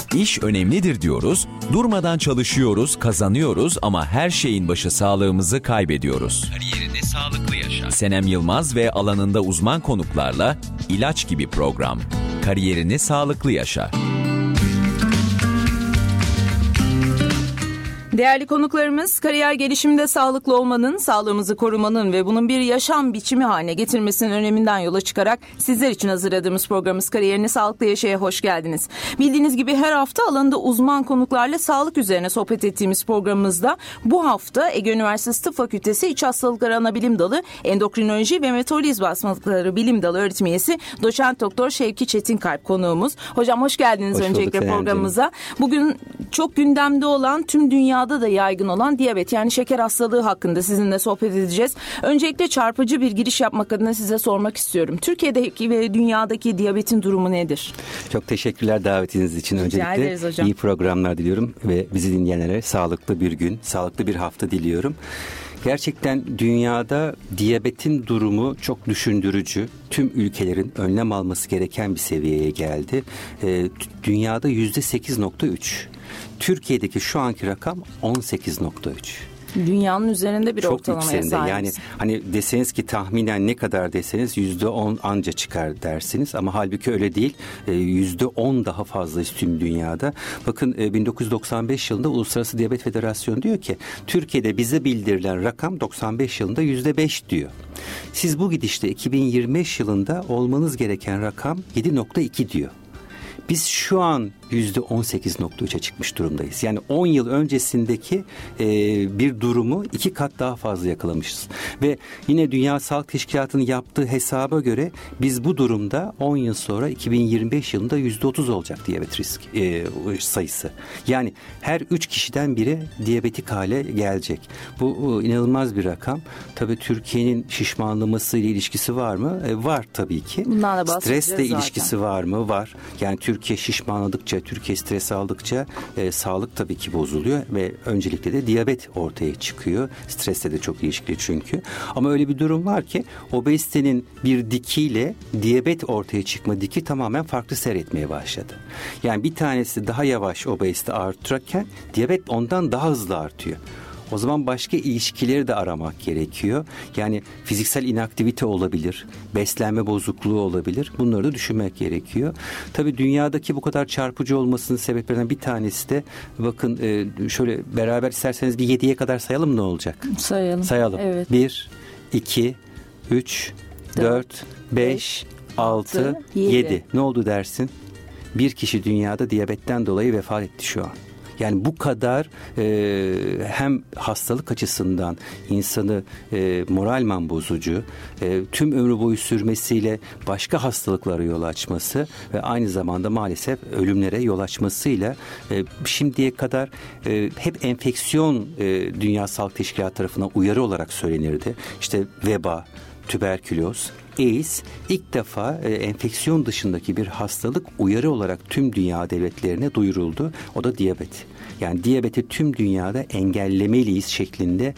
İş önemlidir diyoruz, durmadan çalışıyoruz, kazanıyoruz ama her şeyin başı sağlığımızı kaybediyoruz. Kariyerinde sağlıklı yaşa. Senem Yılmaz ve alanında uzman konuklarla ilaç gibi program. Kariyerini sağlıklı yaşa. Değerli konuklarımız, kariyer gelişiminde sağlıklı olmanın, sağlığımızı korumanın ve bunun bir yaşam biçimi haline getirmesinin öneminden yola çıkarak sizler için hazırladığımız programımız Kariyerini Sağlıklı Yaşa'ya hoş geldiniz. Bildiğiniz gibi her hafta alanında uzman konuklarla sağlık üzerine sohbet ettiğimiz programımızda bu hafta Ege Üniversitesi Tıp Fakültesi İç Hastalıkları Anabilim Dalı Endokrinoloji ve Metabolizma Hastalıkları Bilim Dalı öğretim üyesi Doçent Doktor Şevki Çetinkalp konuğumuz. Hocam hoş geldiniz öncelikle programımıza. Bugün çok gündemde olan, tüm dünyada da yaygın olan diyabet, yani şeker hastalığı hakkında sizinle sohbet edeceğiz. Öncelikle çarpıcı bir giriş yapmak adına size sormak istiyorum. Türkiye'deki ve dünyadaki diyabetin durumu nedir? Çok teşekkürler davetiniz için. Öncelikle iyi programlar diliyorum ve bizi dinleyenlere sağlıklı bir gün, sağlıklı bir hafta diliyorum. Gerçekten dünyada diyabetin durumu çok düşündürücü. Tüm ülkelerin önlem alması gereken bir seviyeye geldi. Dünyada %8.3. Türkiye'deki şu anki rakam 18.3. Dünyanın üzerinde bir çok ortalamaya sahibiz. Yani hani deseniz ki tahminen ne kadar deseniz %10 anca çıkar dersiniz ama halbuki öyle değil. %10 daha fazlayız tüm dünyada. Bakın 1995 yılında Uluslararası Diyabet Federasyonu diyor ki Türkiye'de bize bildirilen rakam 95 yılında %5 diyor. Siz bu gidişte 2025 yılında olmanız gereken rakam 7.2 diyor. Biz şu an %18.3'e çıkmış durumdayız. Yani 10 yıl öncesindeki bir durumu 2 kat daha fazla yakalamışız. Ve yine Dünya Sağlık Teşkilatı'nın yaptığı hesaba göre biz bu durumda 10 yıl sonra 2025 yılında %30 olacak diyabet risk sayısı. Yani her 3 kişiden biri diyabetik hale gelecek. Bu inanılmaz bir rakam. Tabii Türkiye'nin şişmanlamasıyla ilişkisi var mı? Var tabii ki. Stresle ilişkisi var mı? Var. Yani Türkiye şişmanladıkça, Türkiye stres aldıkça sağlık tabii ki bozuluyor ve öncelikle de diyabet ortaya çıkıyor. Stresle de çok ilişkili çünkü. Ama öyle bir durum var ki obezitenin bir dikiyle diyabet ortaya çıkma diki tamamen farklı seyretmeye başladı. Yani bir tanesi daha yavaş obezite artırırken diyabet ondan daha hızlı artıyor. O zaman başka ilişkileri de aramak gerekiyor. Yani fiziksel inaktivite olabilir, beslenme bozukluğu olabilir. Bunları da düşünmek gerekiyor. Tabii dünyadaki bu kadar çarpıcı olmasının sebeplerinden bir tanesi de bakın şöyle beraber isterseniz bir 7'ye kadar sayalım ne olacak? Sayalım. Evet. 1, 2, 3, 4, 5, 6, 7. Ne oldu dersin? Bir kişi dünyada diyabetten dolayı vefat etti şu an. Yani bu kadar hem hastalık açısından insanı moralman bozucu, tüm ömrü boyu sürmesiyle başka hastalıklara yol açması ve aynı zamanda maalesef ölümlere yol açmasıyla şimdiye kadar hep enfeksiyon Dünya Sağlık Teşkilatı tarafından uyarı olarak söylenirdi. İşte veba, tüberküloz, AIDS ilk defa enfeksiyon dışındaki bir hastalık uyarı olarak tüm dünya devletlerine duyuruldu. O da diyabet. Yani diyabeti tüm dünyada engellemeliyiz şeklinde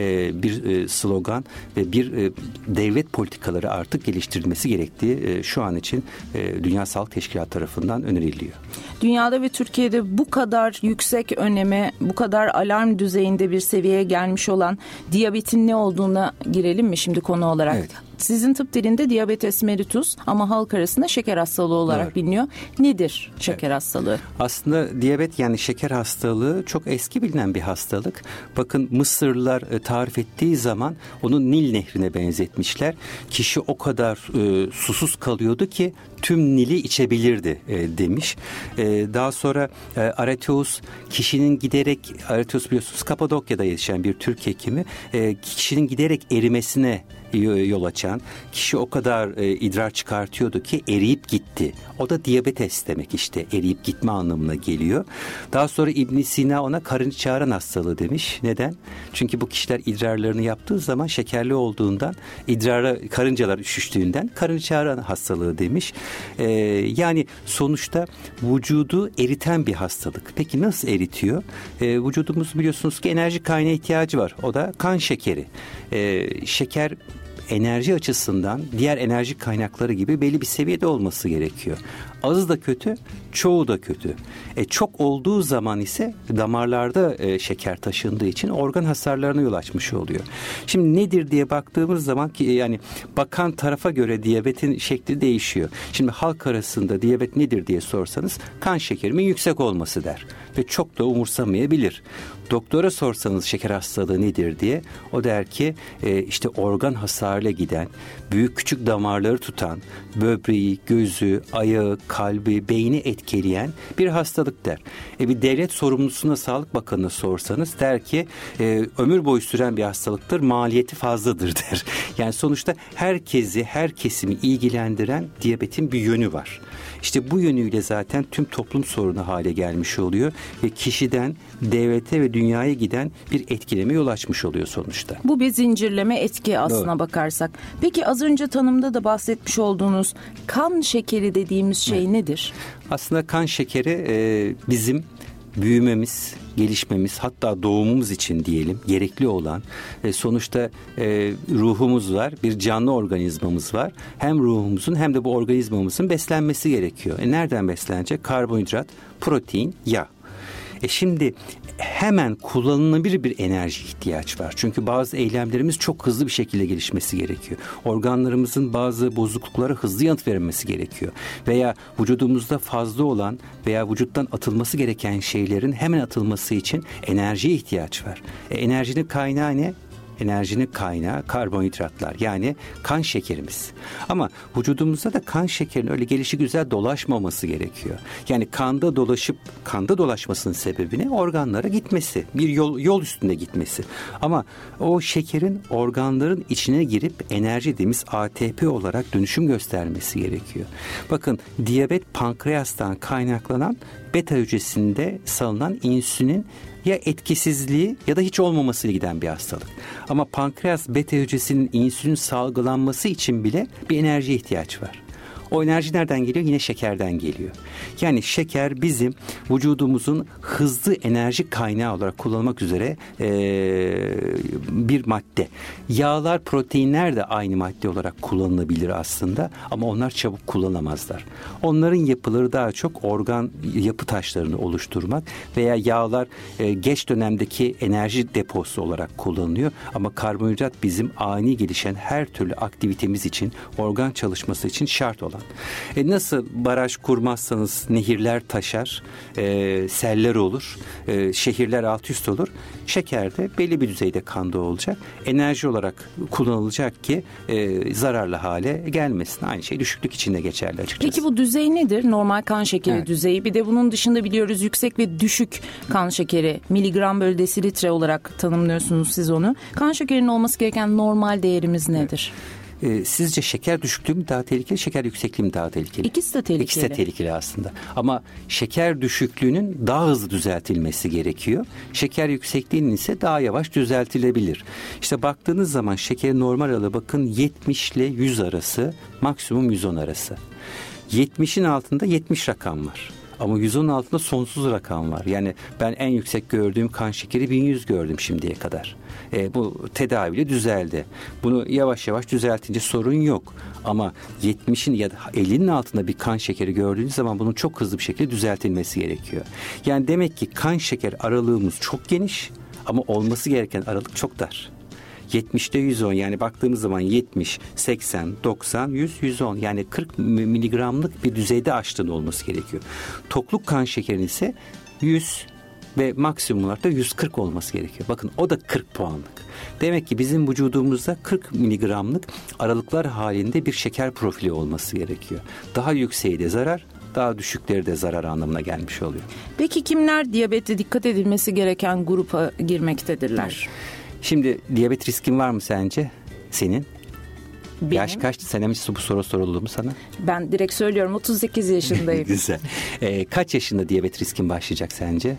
bir slogan ve bir devlet politikaları artık geliştirilmesi gerektiği şu an için Dünya Sağlık Teşkilatı tarafından öneriliyor. Dünyada ve Türkiye'de bu kadar yüksek öneme, bu kadar alarm düzeyinde bir seviyeye gelmiş olan diyabetin ne olduğuna girelim mi şimdi konu olarak? Evet. Sizin tıp dilinde diyabetes mellitus ama halk arasında şeker hastalığı olarak biliniyor. Nedir şeker hastalığı? Aslında diyabet yani şeker hastalığı çok eski bilinen bir hastalık. Bakın Mısırlılar tarif ettiği zaman onu Nil Nehri'ne benzetmişler. Kişi o kadar susuz kalıyordu ki tüm Nil'i içebilirdi demiş. Daha sonra Areteus kişinin giderek, Areteus biliyorsunuz Kapadokya'da yaşayan bir Türk hekimi, kişinin giderek erimesine yol açan, kişi o kadar idrar çıkartıyordu ki eriyip gitti. O da diyabetes demek işte, eriyip gitme anlamına geliyor. Daha sonra İbn Sina ona karınca çağıran hastalığı demiş. Neden? Çünkü bu kişiler idrarlarını yaptığı zaman şekerli olduğundan, idrara karıncalar üşüştüğünden karınca çağıran hastalığı demiş. Yani sonuçta vücudu eriten bir hastalık. Peki nasıl eritiyor? Vücudumuz biliyorsunuz ki enerji kaynağı ihtiyacı var. O da kan şekeri. Şeker enerji açısından diğer enerji kaynakları gibi belli bir seviyede olması gerekiyor. Azı da kötü, çoğu da kötü. Çok olduğu zaman ise damarlarda şeker taşındığı için organ hasarlarına yol açmış oluyor. Şimdi nedir diye baktığımız zaman ki yani bakan tarafa göre diyabetin şekli değişiyor. Şimdi halk arasında diyabet nedir diye sorsanız kan şekerimin yüksek olması der ve çok da umursamayabilir. Doktora sorsanız şeker hastalığı nedir diye o der ki işte organ hasarıyla giden, büyük küçük damarları tutan, böbreği, gözü, ayağı, kalbi, beyni etkileyen bir hastalık der. Bir devlet sorumlusuna, Sağlık Bakanı'na sorsanız der ki ömür boyu süren bir hastalıktır, maliyeti fazladır der. Yani sonuçta herkesi, her kesimi ilgilendiren diyabetin bir yönü var. İşte bu yönüyle zaten tüm toplum sorunu hale gelmiş oluyor ve kişiden devlete ve dünyaya giden bir etkileme yol açmış oluyor sonuçta. Bu bir zincirleme etki aslına Doğru. bakarsak. Peki az önce tanımda da bahsetmiş olduğunuz kan şekeri dediğimiz şey nedir? Aslında kan şekeri bizim büyümemiz, gelişmemiz, hatta doğumumuz için diyelim gerekli olan sonuçta ruhumuz var, bir canlı organizmamız var. Hem ruhumuzun hem de bu organizmamızın beslenmesi gerekiyor. Nereden beslenecek? Karbonhidrat, protein, yağ. Şimdi hemen kullanılabilir bir enerji ihtiyaç var. Çünkü bazı eylemlerimiz çok hızlı bir şekilde gelişmesi gerekiyor. Organlarımızın bazı bozukluklara hızlı yanıt verilmesi gerekiyor. Veya vücudumuzda fazla olan veya vücuttan atılması gereken şeylerin hemen atılması için enerjiye ihtiyaç var. Enerjinin kaynağı ne? Enerjinin kaynağı karbonhidratlar, yani kan şekerimiz. Ama vücudumuzda da kan şekerinin öyle gelişigüzel dolaşmaması gerekiyor. Yani kanda dolaşmasının sebebi ne? Organlara gitmesi, bir yol üstünde gitmesi. Ama o şekerin organların içine girip enerji dediğimiz ATP olarak dönüşüm göstermesi gerekiyor. Bakın, diyabet pankreastan kaynaklanan beta hücresinde salınan insülinin ya etkisizliği ya da hiç olmamasıyla giden bir hastalık. Ama pankreas beta hücresinin insülin salgılanması için bile bir enerjiye ihtiyaç var. O enerji nereden geliyor? Yine şekerden geliyor. Yani şeker bizim vücudumuzun hızlı enerji kaynağı olarak kullanılmak üzere bir madde. Yağlar, proteinler de aynı madde olarak kullanılabilir aslında, ama onlar çabuk kullanamazlar. Onların yapıları daha çok organ yapı taşlarını oluşturmak veya yağlar geç dönemdeki enerji deposu olarak kullanılıyor. Ama karbonhidrat bizim ani gelişen her türlü aktivitemiz için, organ çalışması için şart olan. Nasıl baraj kurmazsanız nehirler taşar, seller olur, şehirler alt üst olur. Şeker de belli bir düzeyde kanda olacak. Enerji olarak kullanılacak ki zararlı hale gelmesin. Aynı şey düşüklük için de geçerli açıkçası. Peki bu düzey nedir? Normal kan şekeri Evet. düzeyi. Bir de bunun dışında biliyoruz yüksek ve düşük kan şekeri. Miligram bölü desilitre olarak tanımlıyorsunuz siz onu. Kan şekerinin olması gereken normal değerimiz nedir? Sizce şeker düşüklüğü mü daha tehlikeli, şeker yüksekliği mi daha tehlikeli? İkisi de tehlikeli. İkisi de tehlikeli aslında. Ama şeker düşüklüğünün daha hızlı düzeltilmesi gerekiyor. Şeker yüksekliğinin ise daha yavaş düzeltilebilir. İşte baktığınız zaman şekerin normal aralığı, bakın 70 ile 100 arası, maksimum 110 arası. 70'in altında 70 rakam var. Ama 110'un altında sonsuz rakam var. Yani ben en yüksek gördüğüm kan şekeri 1100 gördüm şimdiye kadar. Bu tedaviyle düzeldi. Bunu yavaş yavaş düzeltince sorun yok. Ama 70'in ya da 50'nin altında bir kan şekeri gördüğünüz zaman bunun çok hızlı bir şekilde düzeltilmesi gerekiyor. Yani demek ki kan şeker aralığımız çok geniş ama olması gereken aralık çok dar. 70'te 110, yani baktığımız zaman 70, 80, 90, 100, 110, yani 40 miligramlık bir düzeyde aştığında olması gerekiyor. Tokluk kan şekerinin ise 100 ve maksimumlarda 140 olması gerekiyor. Bakın, o da 40 puanlık. Demek ki bizim vücudumuzda 40 miligramlık aralıklar halinde bir şeker profili olması gerekiyor. Daha yükseği de zarar, daha düşükleri de zarar anlamına gelmiş oluyor. Peki kimler diyabette dikkat edilmesi gereken grupa girmektedirler? Şimdi diyabet riskin var mı sence senin? Benim. Yaş kaçtı? Sen mi bu soru soruldu mu sana? Ben direkt söylüyorum, 38 yaşındayım. Güzel. Kaç yaşında diyabet riskin başlayacak sence?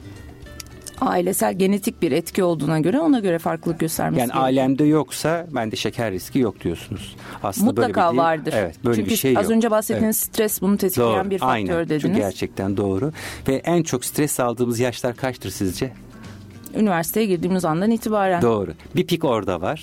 Ailesel genetik bir etki olduğuna göre ona göre farklılık göstermesi Yani gerekiyor. alemde yoksa bende şeker riski yok diyorsunuz. Aslında Mutlaka böyle vardır. Evet, böyle çünkü bir şey yok. az önce bahsettiğiniz stres bunu tetikleyen doğru, bir faktör aynen. dediniz. Çünkü gerçekten doğru. Ve en çok stres aldığımız yaşlar kaçtır sizce? Üniversiteye girdiğimiz andan itibaren. Doğru. Bir pik orada var.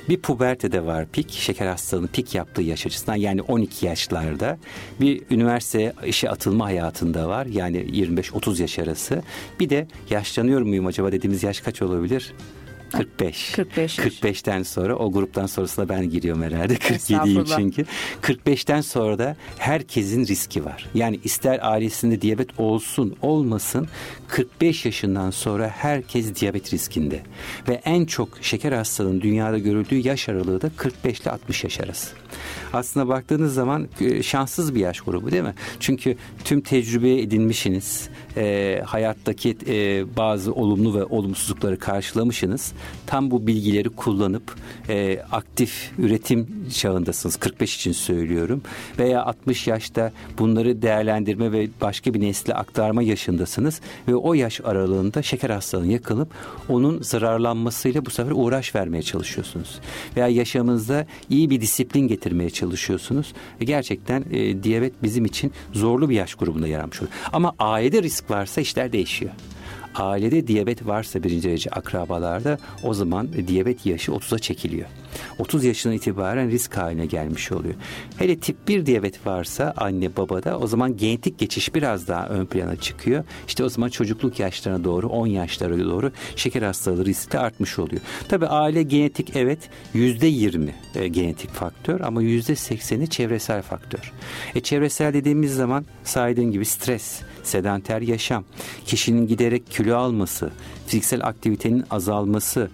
Bir pubertede var pik, şeker hastalığının pik yaptığı yaş açısından, yani 12 yaşlarda. Bir üniversite işe atılma hayatında var, yani 25-30 yaş arası. Bir de yaşlanıyor muyum acaba dediğimiz yaş kaç olabilir? 45. 45'ten sonra, o gruptan sonrasında ben giriyorum herhalde. 47'yim çünkü. 45'ten sonra da herkesin riski var. Yani ister ailesinde diyabet olsun olmasın, 45 yaşından sonra herkes diyabet riskinde. Ve en çok şeker hastalığının dünyada görüldüğü yaş aralığı da 45 ile 60 yaş arası. Aslında baktığınız zaman şanssız bir yaş grubu, değil mi? Çünkü tüm tecrübe edinmişsiniz. Hayattaki bazı olumlu ve olumsuzlukları karşılamışsınız. Tam bu bilgileri kullanıp aktif üretim çağındasınız. 45 için söylüyorum. Veya 60 yaşta bunları değerlendirme ve başka bir nesle aktarma yaşındasınız. Ve o yaş aralığında şeker hastalığına yakalıp onun zararlanmasıyla bu sefer uğraş vermeye çalışıyorsunuz. Veya yaşamınızda iyi bir disiplin getirmeye çalışıyorsunuz. Gerçekten diyabet bizim için zorlu bir yaş grubunda yer almış oluyor. Ama ailede risk varsa işler değişiyor. Ailede diyabet varsa birinci derece akrabalarda, o zaman diyabet yaşı 30'a çekiliyor. 30 yaşından itibaren risk haline gelmiş oluyor. Hele tip 1 diyabet varsa anne babada, o zaman genetik geçiş biraz daha ön plana çıkıyor. İşte o zaman çocukluk yaşlarına doğru, 10 yaşlara doğru şeker hastalığı riski de artmış oluyor. Tabii aile genetik, evet, %20 genetik faktör ama %80'i çevresel faktör. Çevresel dediğimiz zaman saydığım gibi stres, sedanter yaşam, kişinin giderek kilo alması, fiziksel aktivitenin azalması,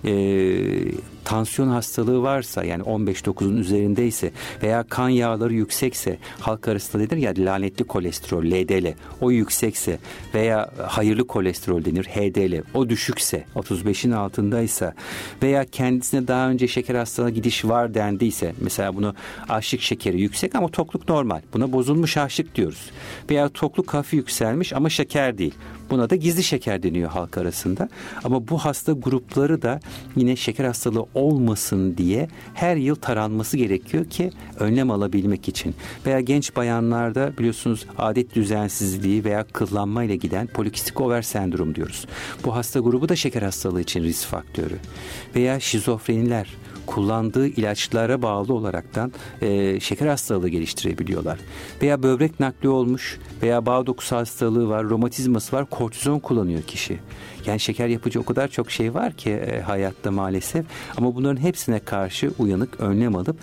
tansiyon hastalığı varsa, yani 15-9'un üzerindeyse veya kan yağları yüksekse, halk arasında denir ya lanetli kolesterol, LDL, o yüksekse veya hayırlı kolesterol denir, HDL, o düşükse, 35'in altındaysa veya kendisine daha önce şeker hastalığına gidiş var dendiyse, mesela bunu açlık şekeri yüksek ama tokluk normal, buna bozulmuş açlık diyoruz. Veya tokluk hafif yükselmiş ama şeker değil, buna da gizli şeker deniyor halk arasında. Ama bu hasta grupları da yine şeker hastalığı olmasın diye her yıl taranması gerekiyor ki önlem alabilmek için. Veya genç bayanlarda biliyorsunuz adet düzensizliği veya kıllanma ile giden polikistik over sendrom diyoruz. Bu hasta grubu da şeker hastalığı için risk faktörü. Veya şizofreniler kullandığı ilaçlara bağlı olaraktan şeker hastalığı geliştirebiliyorlar. Veya böbrek nakli olmuş veya bağ dokusu hastalığı var, romatizması var, kortizon kullanıyor kişi. Yani şeker yapıcı o kadar çok şey var ki hayatta maalesef, ama bunların hepsine karşı uyanık önlem alıp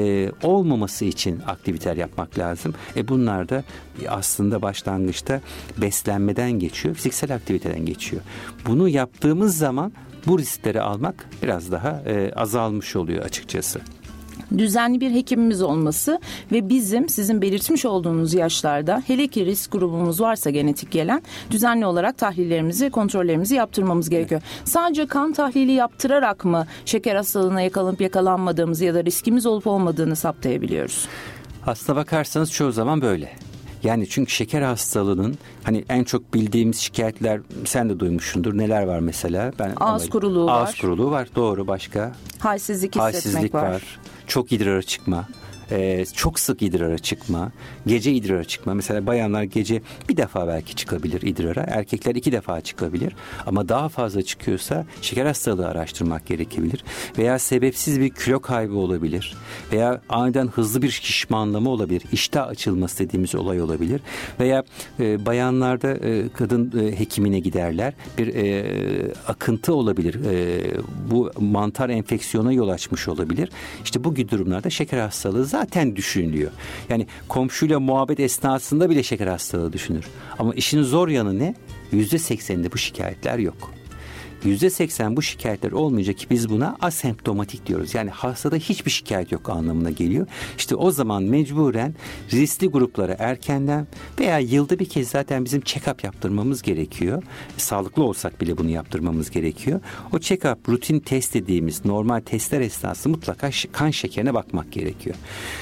olmaması için aktiviteler yapmak lazım. Bunlar da aslında başlangıçta beslenmeden geçiyor, fiziksel aktiviteden geçiyor. Bunu yaptığımız zaman bu riskleri almak biraz daha azalmış oluyor açıkçası. Düzenli bir hekimimiz olması ve bizim sizin belirtmiş olduğunuz yaşlarda, hele ki risk grubumuz varsa genetik gelen, düzenli olarak tahlillerimizi, kontrollerimizi yaptırmamız gerekiyor. Evet. Sadece kan tahlili yaptırarak mı şeker hastalığına yakalanıp yakalanmadığımızı ya da riskimiz olup olmadığını saptayabiliyoruz? Aslına bakarsanız çoğu zaman böyle. Yani çünkü şeker hastalığının hani en çok bildiğimiz şikayetler, sen de duymuşsundur. Neler var mesela? Ağız kuruluğu var. Ağız kuruluğu var. Doğru, başka? Halsizlik var. Çok idrara çıkma. Çok sık idrara çıkma, gece idrara çıkma. Mesela bayanlar gece bir defa belki çıkabilir idrara, erkekler 2 defa çıkabilir. Ama daha fazla çıkıyorsa şeker hastalığı araştırmak gerekebilir. Veya sebepsiz bir kilo kaybı olabilir. Veya aniden hızlı bir şişmanlama olabilir. İştah açılması dediğimiz olay olabilir. Veya bayanlarda kadın hekimine giderler. Bir akıntı olabilir. Bu mantar enfeksiyona yol açmış olabilir. İşte bu gibi durumlarda şeker hastalığı zaten düşünülüyor. Yani komşuyla muhabbet esnasında bile şeker hastalığı düşünür. Ama işin zor yanı ne? %80'de bu şikayetler yok. %80 bu şikayetler olmayacak ki biz buna asemptomatik diyoruz. Yani hastada hiçbir şikayet yok anlamına geliyor. İşte o zaman mecburen riskli gruplara erkenden veya yılda bir kez zaten bizim check-up yaptırmamız gerekiyor. Sağlıklı olsak bile bunu yaptırmamız gerekiyor. O check-up, rutin test dediğimiz normal testler esnasında mutlaka kan şekerine bakmak gerekiyor.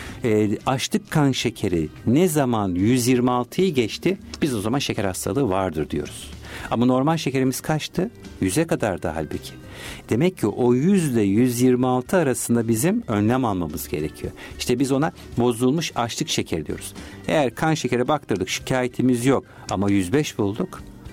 Açlık kan şekeri ne zaman 126'yı geçti, biz o zaman şeker hastalığı vardır diyoruz. Ama normal şekerimiz kaçtı? 100'e kadar da halbuki. Demek ki o 100 ile 126 arasında bizim önlem almamız gerekiyor. İşte biz ona bozulmuş açlık şekeri diyoruz. Eğer kan şekeri baktırdık, şikayetimiz yok ama 105 bulduk,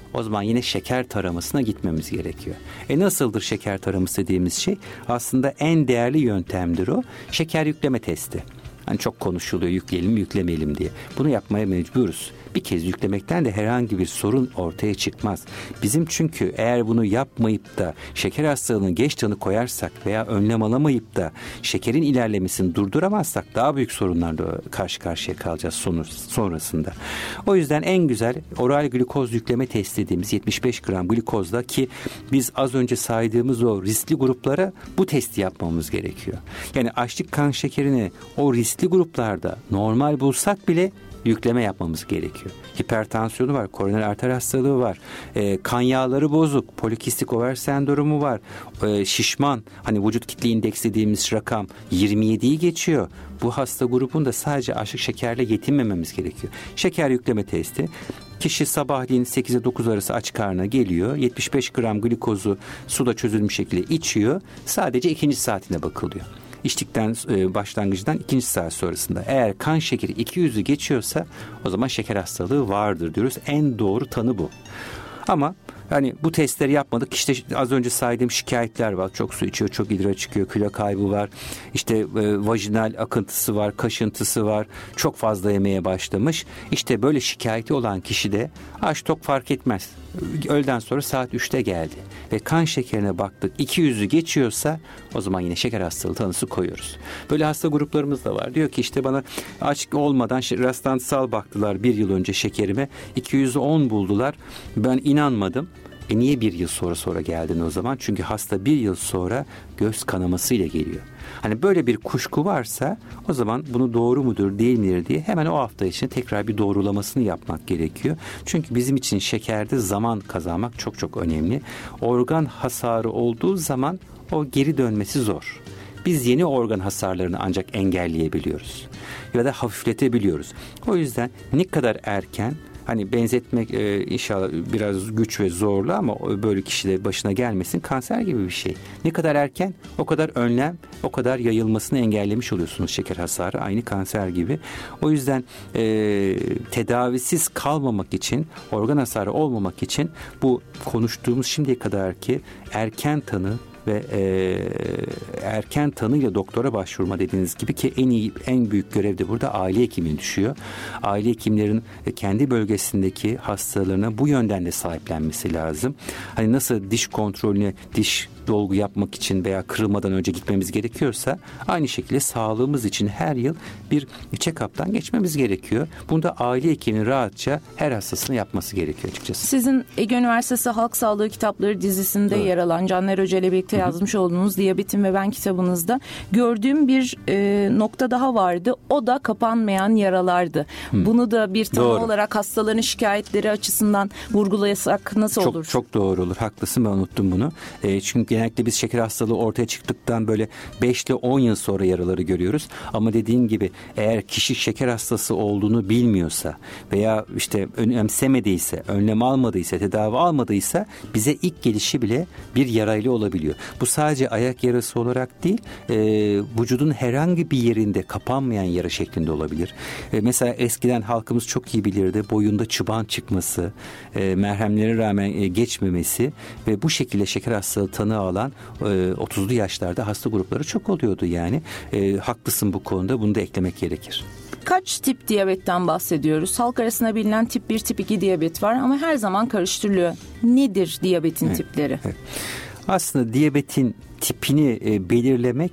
o zaman yine şeker taramasına gitmemiz gerekiyor. Nasıldır şeker taraması dediğimiz şey? Aslında en değerli yöntemdir o. Şeker yükleme testi. Hani çok konuşuluyor, yükleyelim mi yüklemeyelim diye. Bunu yapmaya mecburuz. Bir kez yüklemekten de herhangi bir sorun ortaya çıkmaz. Bizim çünkü eğer bunu yapmayıp da şeker hastalığının geç tanı koyarsak veya önlem alamayıp da şekerin ilerlemesini durduramazsak daha büyük sorunlarla karşı karşıya kalacağız sonrasında. O yüzden en güzel oral glikoz yükleme testi dediğimiz 75 gram glikozda, ki biz az önce saydığımız o riskli gruplara bu testi yapmamız gerekiyor. Yani açlık kan şekerini o riskli gruplarda normal bulsak bile yükleme yapmamız gerekiyor. Hipertansiyonu var, koroner arter hastalığı var, kan yağları bozuk, polikistik over sendromu var, şişman, hani vücut kitle indeksi dediğimiz rakam 27'yi geçiyor. Bu hasta grubunda sadece açlık şekerle yetinmememiz gerekiyor. Şeker yükleme testi. Kişi sabahleyin 8'e 9 arası aç karnına geliyor. 75 gram glikozu suda çözülmüş şekilde içiyor. Sadece ikinci saatine bakılıyor. İçtikten başlangıcından ikinci saat sonrasında eğer kan şekeri 200'ü geçiyorsa o zaman şeker hastalığı vardır diyoruz. En doğru tanı bu. Ama hani bu testleri yapmadık. İşte az önce saydığım şikayetler var. Çok su içiyor, çok idrar çıkıyor, kilo kaybı var. İşte vajinal akıntısı var, kaşıntısı var. Çok fazla yemeye başlamış. İşte böyle şikayeti olan kişi de aç tok fark etmez. Öğleden sonra saat 3'te geldi ve kan şekerine baktık 200'ü geçiyorsa o zaman yine şeker hastalığı tanısı koyuyoruz. Böyle hasta gruplarımız da var. Diyor ki işte bana aç olmadan rastlantısal baktılar bir yıl önce şekerime, 210 buldular. Ben inanmadım. Niye bir yıl sonra geldin o zaman? Çünkü hasta bir yıl sonra göz kanamasıyla geliyor. Hani böyle bir kuşku varsa o zaman bunu doğru mudur değil midir diye hemen o hafta için tekrar bir doğrulamasını yapmak gerekiyor. Çünkü bizim için şekerde zaman kazanmak çok çok önemli. Organ hasarı olduğu zaman o geri dönmesi zor. Biz yeni organ hasarlarını ancak engelleyebiliyoruz ya da hafifletebiliyoruz. O yüzden ne kadar erken, hani benzetmek inşallah biraz güç ve zorlu ama böyle kişilerin başına gelmesin, kanser gibi bir şey. Ne kadar erken o kadar önlem, o kadar yayılmasını engellemiş oluyorsunuz şeker hasarı, aynı kanser gibi. O yüzden tedavisiz kalmamak için, organ hasarı olmamak için bu konuştuğumuz şimdiye kadarki erken tanı ve erken tanıyla doktora başvurma dediğiniz gibi, ki en büyük görev de burada aile hekimine düşüyor. Aile hekimlerin kendi bölgesindeki hastalarına bu yönden de sahiplenmesi lazım. Hani nasıl diş kontrolüne, diş dolgu yapmak için veya kırılmadan önce gitmemiz gerekiyorsa aynı şekilde sağlığımız için her yıl bir check-up'tan geçmemiz gerekiyor. Bunu da aile hekiminin rahatça her hastasına yapması gerekiyor açıkçası. Sizin Ege Üniversitesi Halk Sağlığı Kitapları dizisinde yer alan Caner Hoca ile birlikte yazmış olduğunuz Diyabetim ve Ben kitabınızda gördüğüm bir nokta daha vardı. O da kapanmayan yaralardı. Bunu da bir tanı olarak hastaların şikayetleri açısından vurgulayasak nasıl olur? Çok doğru olur. Haklısın, ben unuttum bunu. Çünkü genellikle biz şeker hastalığı ortaya çıktıktan böyle 5 ile 10 yıl sonra yaraları görüyoruz. Ama dediğin gibi eğer kişi şeker hastası olduğunu bilmiyorsa veya işte önemsemediyse, önlem almadıysa, tedavi almadıysa bize ilk gelişi bile bir yarayla olabiliyor. Bu sadece ayak yarası olarak değil, vücudun herhangi bir yerinde kapanmayan yara şeklinde olabilir. Mesela eskiden halkımız çok iyi bilirdi. Boyunda çıban çıkması, merhemlere rağmen geçmemesi ve bu şekilde şeker hastalığı tanı alan 30'lu yaşlarda hasta grupları çok oluyordu yani. Haklısın bu konuda, bunu da eklemek gerekir. Kaç tip diyabetten bahsediyoruz? Halk arasında bilinen tip 1, tip 2 diyabet var ama her zaman karıştırılıyor. Nedir diyabetin tipleri? Evet. Aslında diyabetin tipini belirlemek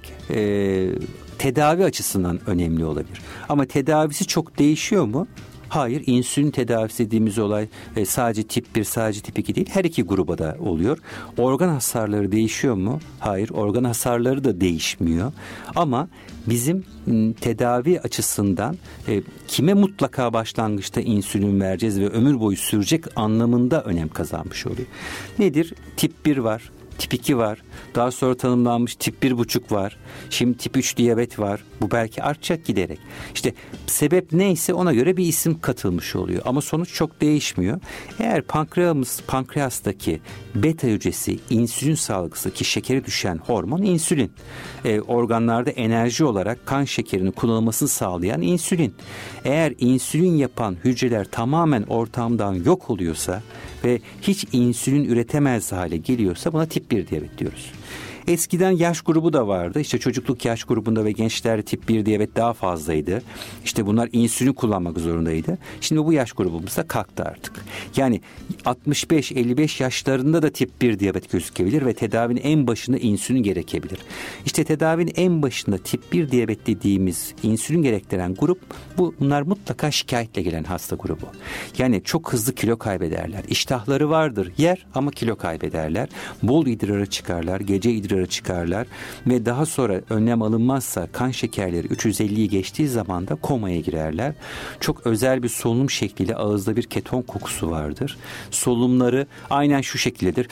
tedavi açısından önemli olabilir. Ama tedavisi çok değişiyor mu? Hayır, insülin tedavisi dediğimiz olay sadece tip 1, sadece tip 2 değil, her iki gruba da oluyor. Organ hasarları değişiyor mu? Hayır, organ hasarları da değişmiyor. Ama bizim tedavi açısından kime mutlaka başlangıçta insülin vereceğiz ve ömür boyu sürecek anlamında önem kazanmış oluyor. Nedir? Tip 1 var. tip 2 var. Daha sonra tanımlanmış tip 1,5 var. Şimdi tip 3 diyabet var. Bu belki artacak giderek. İşte sebep neyse ona göre bir isim katılmış oluyor. Ama sonuç çok değişmiyor. Eğer pankreastaki beta hücresi insülin salgısı, ki şekeri düşen hormon insülin. Organlarda enerji olarak kan şekerinin kullanılmasını sağlayan insülin. Eğer insülin yapan hücreler tamamen ortamdan yok oluyorsa ve hiç insülin üretemez hale geliyorsa buna tip 1 diyabet diyoruz. Eskiden yaş grubu da vardı. İşte çocukluk yaş grubunda ve gençlerde tip 1 diyabet daha fazlaydı. İşte bunlar insülin kullanmak zorundaydı. Şimdi bu yaş grubumuz da kalktı artık. Yani 65-55 yaşlarında da tip 1 diyabet gözükebilir ve tedavinin en başında insülin gerekebilir. İşte tedavinin en başında tip 1 diyabet dediğimiz insülin gerektiren grup, bunlar mutlaka şikayetle gelen hasta grubu. Yani çok hızlı kilo kaybederler. İştahları vardır, yer ama kilo kaybederler. Bol idrara çıkarlar, gece idrara çıkarlar ve daha sonra önlem alınmazsa kan şekerleri 350'yi geçtiği zaman da komaya girerler. Çok özel bir solunum şekliyle ağızda bir keton kokusu vardır. Solunumları aynen şu şekildedir.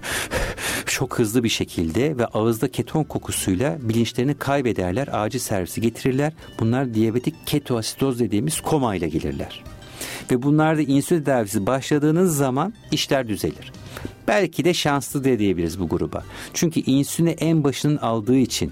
Çok hızlı bir şekilde ve ağızda keton kokusuyla bilinçlerini kaybederler. Acil servisi getirirler. Bunlar diyabetik ketoasitoz dediğimiz komayla gelirler. Ve bunlarda insülin tedavisi başladığınız zaman işler düzelir. Belki de şanslı diyebiliriz bu gruba. Çünkü insülini en başının aldığı için,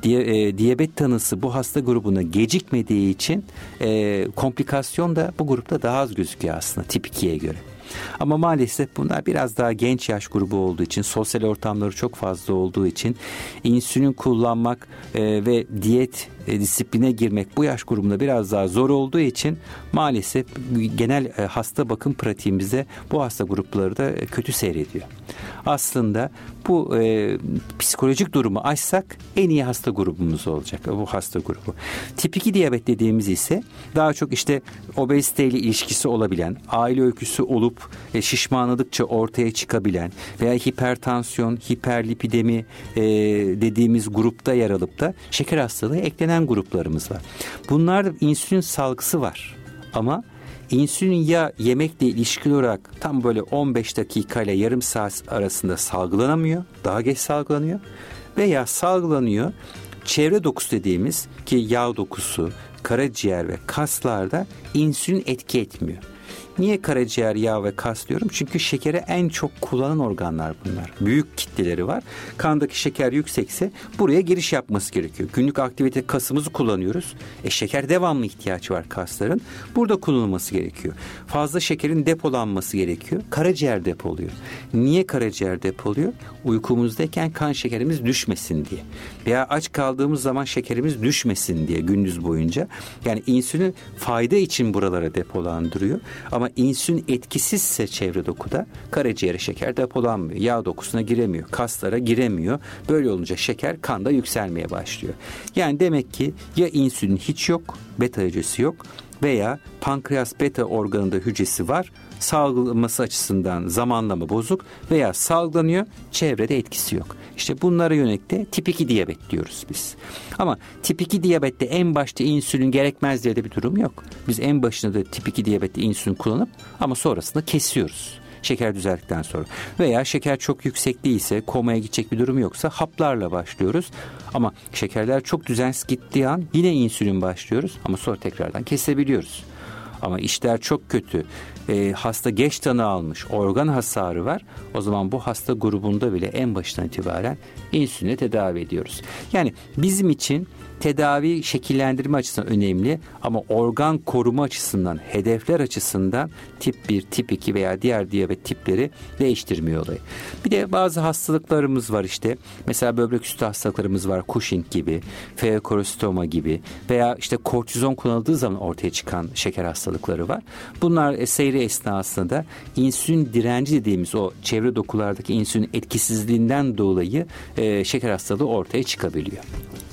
diyabet tanısı bu hasta grubuna gecikmediği için komplikasyon da bu grupta daha az gözüküyor aslında tip 2'ye göre. Ama maalesef bunlar biraz daha genç yaş grubu olduğu için, sosyal ortamları çok fazla olduğu için insülin kullanmak ve diyet disipline girmek bu yaş grubunda biraz daha zor olduğu için maalesef genel hasta bakım pratiğimizde bu hasta grupları da kötü seyrediyor. Aslında bu psikolojik durumu aşsak en iyi hasta grubumuz olacak bu hasta grubu. Tip 2 diyabet dediğimiz ise daha çok işte obeziteyle ilişkisi olabilen, aile öyküsü olup şişmanladıkça ortaya çıkabilen veya hipertansiyon, hiperlipidemi dediğimiz grupta yer alıp da şeker hastalığı eklenen gruplarımız var. Bunlarda insülin salgısı var ama insülin ya yemekle ilişkili olarak tam böyle 15 dakika ile yarım saat arasında salgılanamıyor, daha geç salgılanıyor veya salgılanıyor. Çevre dokusu dediğimiz ki yağ dokusu, karaciğer ve kaslarda insülin etki etmiyor. Niye karaciğer, yağ ve kas diyorum? Çünkü şekeri en çok kullanan organlar bunlar. Büyük kitleleri var. Kandaki şeker yüksekse buraya giriş yapması gerekiyor. Günlük aktivite kasımızı kullanıyoruz. Şeker devamlı ihtiyaç var kasların. Burada kullanılması gerekiyor. Fazla şekerin depolanması gerekiyor. Karaciğer depoluyor. Niye karaciğer depoluyor? Uykumuzdayken kan şekerimiz düşmesin diye. Veya aç kaldığımız zaman şekerimiz düşmesin diye gündüz boyunca. Yani insülin fayda için buralara depolandırıyor. Ama insülin etkisizse çevre dokuda karaciğere şeker depolanmıyor. Yağ dokusuna giremiyor. Kaslara giremiyor. Böyle olunca şeker kanda yükselmeye başlıyor. Yani demek ki ya insülin hiç yok, beta hücresi yok veya pankreas beta organında hücresi var. Salgılaması açısından zamanlama bozuk veya salgılanıyor, çevrede etkisi yok. İşte bunlara yönelik de tip 2 diyabet diyoruz biz. Ama tip 2 diyabette en başta insülin gerekmez diye de bir durum yok. Biz en başında da tip 2 diyabette insülin kullanıp ama sonrasında kesiyoruz. Şeker düzeldikten sonra. Veya şeker çok yüksek değilse, komaya gidecek bir durum yoksa haplarla başlıyoruz. Ama şekerler çok düzensiz gittiği an yine insülin başlıyoruz ama sonra tekrardan kesebiliyoruz. Ama işler çok kötü. Hasta geç tanı almış, organ hasarı var. O zaman bu hasta grubunda bile en baştan itibaren insülinle tedavi ediyoruz. Yani bizim için tedavi şekillendirme açısından önemli ama organ koruma açısından, hedefler açısından tip 1, tip 2 veya diğer diyabet tipleri değiştirmiyor olayı. Bir de bazı hastalıklarımız var işte. Mesela böbrek üstü hastalıklarımız var. Cushing gibi, feokrostoma gibi veya işte kortizon kullanıldığı zaman ortaya çıkan şeker hastalıkları var. Bunlar seyri esnasında insülin direnci dediğimiz o çevre dokulardaki insülin etkisizliğinden dolayı şeker hastalığı ortaya çıkabiliyor.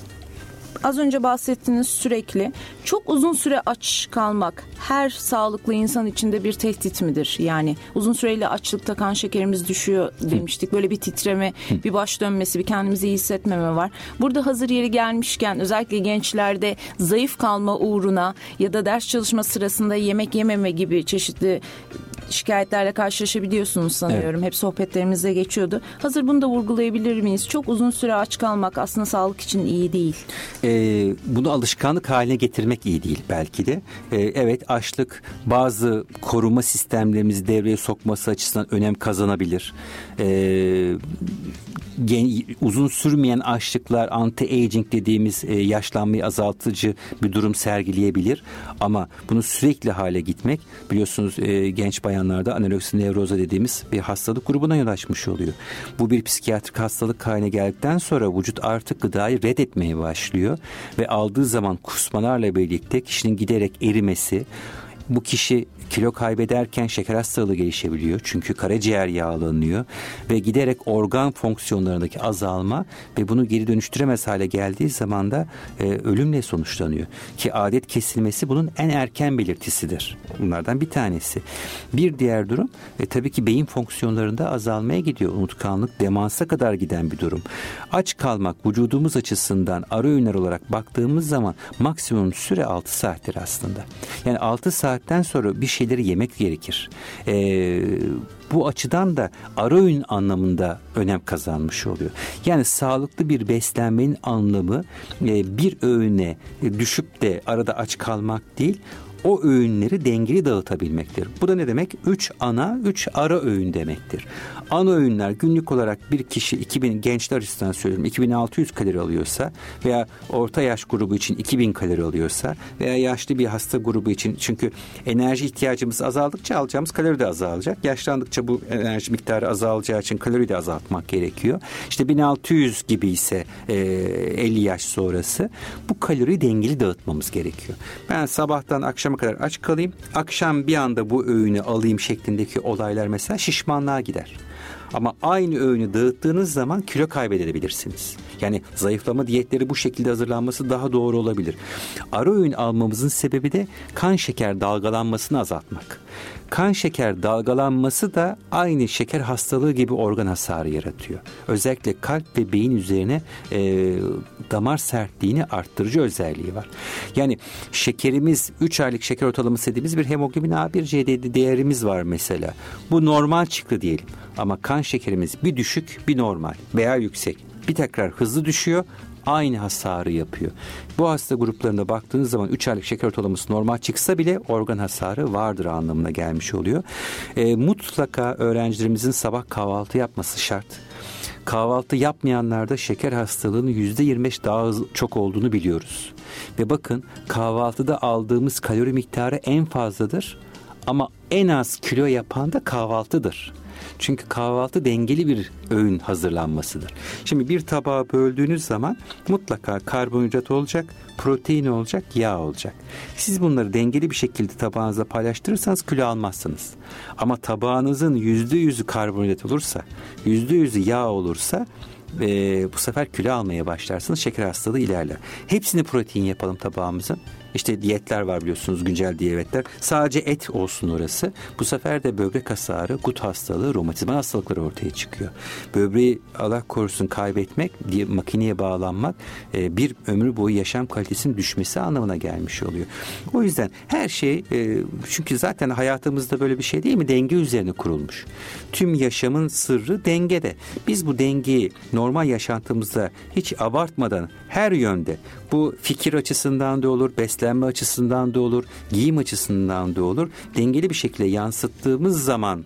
Az önce bahsettiğiniz sürekli çok uzun süre aç kalmak her sağlıklı insan için de bir tehdit midir? Yani uzun süreli açlıkta kan şekerimiz düşüyor demiştik. Böyle bir titreme, bir baş dönmesi, bir kendimizi iyi hissetmeme var. Burada hazır yeri gelmişken özellikle gençlerde zayıf kalma uğruna ya da ders çalışma sırasında yemek yememe gibi çeşitli şikayetlerle karşılaşabiliyorsunuz sanıyorum. Evet. Hep sohbetlerimizde geçiyordu. Hazır bunu da vurgulayabilir miyiz? Çok uzun süre aç kalmak aslında sağlık için iyi değil. Bunu alışkanlık haline getirmek iyi değil belki de. Evet, açlık bazı koruma sistemlerimizi devreye sokması açısından önem kazanabilir. Uzun sürmeyen açlıklar anti-aging dediğimiz yaşlanmayı azaltıcı bir durum sergileyebilir. Ama bunu sürekli hale gitmek, biliyorsunuz genç bayanlarda anoreksi nevroza dediğimiz bir hastalık grubuna yol açmış oluyor. Bu bir psikiyatrik hastalık haline geldikten sonra vücut artık gıdayı reddetmeye başlıyor ve aldığı zaman kusmalarla birlikte kişinin giderek erimesi, bu kişi kilo kaybederken şeker hastalığı gelişebiliyor. Çünkü karaciğer yağlanıyor ve giderek organ fonksiyonlarındaki azalma ve bunu geri dönüştüremez hale geldiği zaman da ölümle sonuçlanıyor. Ki adet kesilmesi bunun en erken belirtisidir. Bunlardan bir tanesi. Bir diğer durum tabii ki beyin fonksiyonlarında azalmaya gidiyor. Unutkanlık, demansa kadar giden bir durum. Aç kalmak vücudumuz açısından ara öğünler olarak baktığımız zaman maksimum süre 6 saattir aslında. Yani 6 saatten sonra bir şeyleri yemek gerekir. Bu açıdan da ara öğün anlamında önem kazanmış oluyor. Yani sağlıklı bir beslenmenin anlamı bir öğüne düşüp de arada aç kalmak değil, o öğünleri dengeli dağıtabilmektir. Bu da ne demek? 3 ana, 3 ara öğün demektir. Ana öğünler günlük olarak bir kişi 2000 gençler açısından söylüyorum 2600 kalori alıyorsa veya orta yaş grubu için 2000 kalori alıyorsa veya yaşlı bir hasta grubu için, çünkü enerji ihtiyacımız azaldıkça alacağımız kalori de azalacak. Yaşlandıkça bu enerji miktarı azalacağı için kalori de azaltmak gerekiyor. İşte 1600 gibi ise 50 yaş sonrası bu kaloriyi dengeli dağıtmamız gerekiyor. Ben sabahtan akşama kadar aç kalayım, akşam bir anda bu öğünü alayım şeklindeki olaylar mesela şişmanlığa gider. Ama aynı öğünü dağıttığınız zaman kilo kaybedebilirsiniz. Yani zayıflama diyetleri bu şekilde hazırlanması daha doğru olabilir. Ara öğün almamızın sebebi de kan şeker dalgalanmasını azaltmak. Kan şeker dalgalanması da aynı şeker hastalığı gibi organ hasarı yaratıyor. Özellikle kalp ve beyin üzerine damar sertliğini arttırıcı özelliği var. Yani şekerimiz 3 aylık şeker ortalaması dediğimiz bir hemoglobin A1C değerimiz var mesela. Bu normal çıktı diyelim. Ama kan şekerimiz bir düşük bir normal veya yüksek. Bir tekrar hızlı düşüyor. Aynı hasarı yapıyor. Bu hasta gruplarına baktığınız zaman 3 aylık şeker ortalaması normal çıksa bile organ hasarı vardır anlamına gelmiş oluyor. Mutlaka öğrencilerimizin sabah kahvaltı yapması şart. Kahvaltı yapmayanlarda şeker hastalığının %25 daha çok olduğunu biliyoruz. Ve bakın, kahvaltıda aldığımız kalori miktarı en fazladır ama en az kilo yapan da kahvaltıdır. Çünkü kahvaltı dengeli bir öğün hazırlanmasıdır. Şimdi bir tabağı böldüğünüz zaman mutlaka karbonhidrat olacak, protein olacak, yağ olacak. Siz bunları dengeli bir şekilde tabağınızda paylaştırırsanız kilo almazsınız. Ama tabağınızın %100'ü karbonhidrat olursa, %100'ü yağ olursa bu sefer kilo almaya başlarsınız. Şeker hastalığı ilerler. Hepsini protein yapalım tabağımızın. İşte diyetler var biliyorsunuz, güncel diyetler. Sadece et olsun orası. Bu sefer de böbrek hasarı, gut hastalığı, romatizma hastalıkları ortaya çıkıyor. Böbreği Allah korusun kaybetmek, makineye bağlanmak bir ömür boyu yaşam kalitesinin düşmesi anlamına gelmiş oluyor. O yüzden her şey, çünkü zaten hayatımızda böyle bir şey değil mi? Denge üzerine kurulmuş. Tüm yaşamın sırrı dengede. Biz bu dengeyi normal yaşantımızda hiç abartmadan her yönde, bu fikir açısından da olur, beslenme açısından da olur, giyim açısından da olur, dengeli bir şekilde yansıttığımız zaman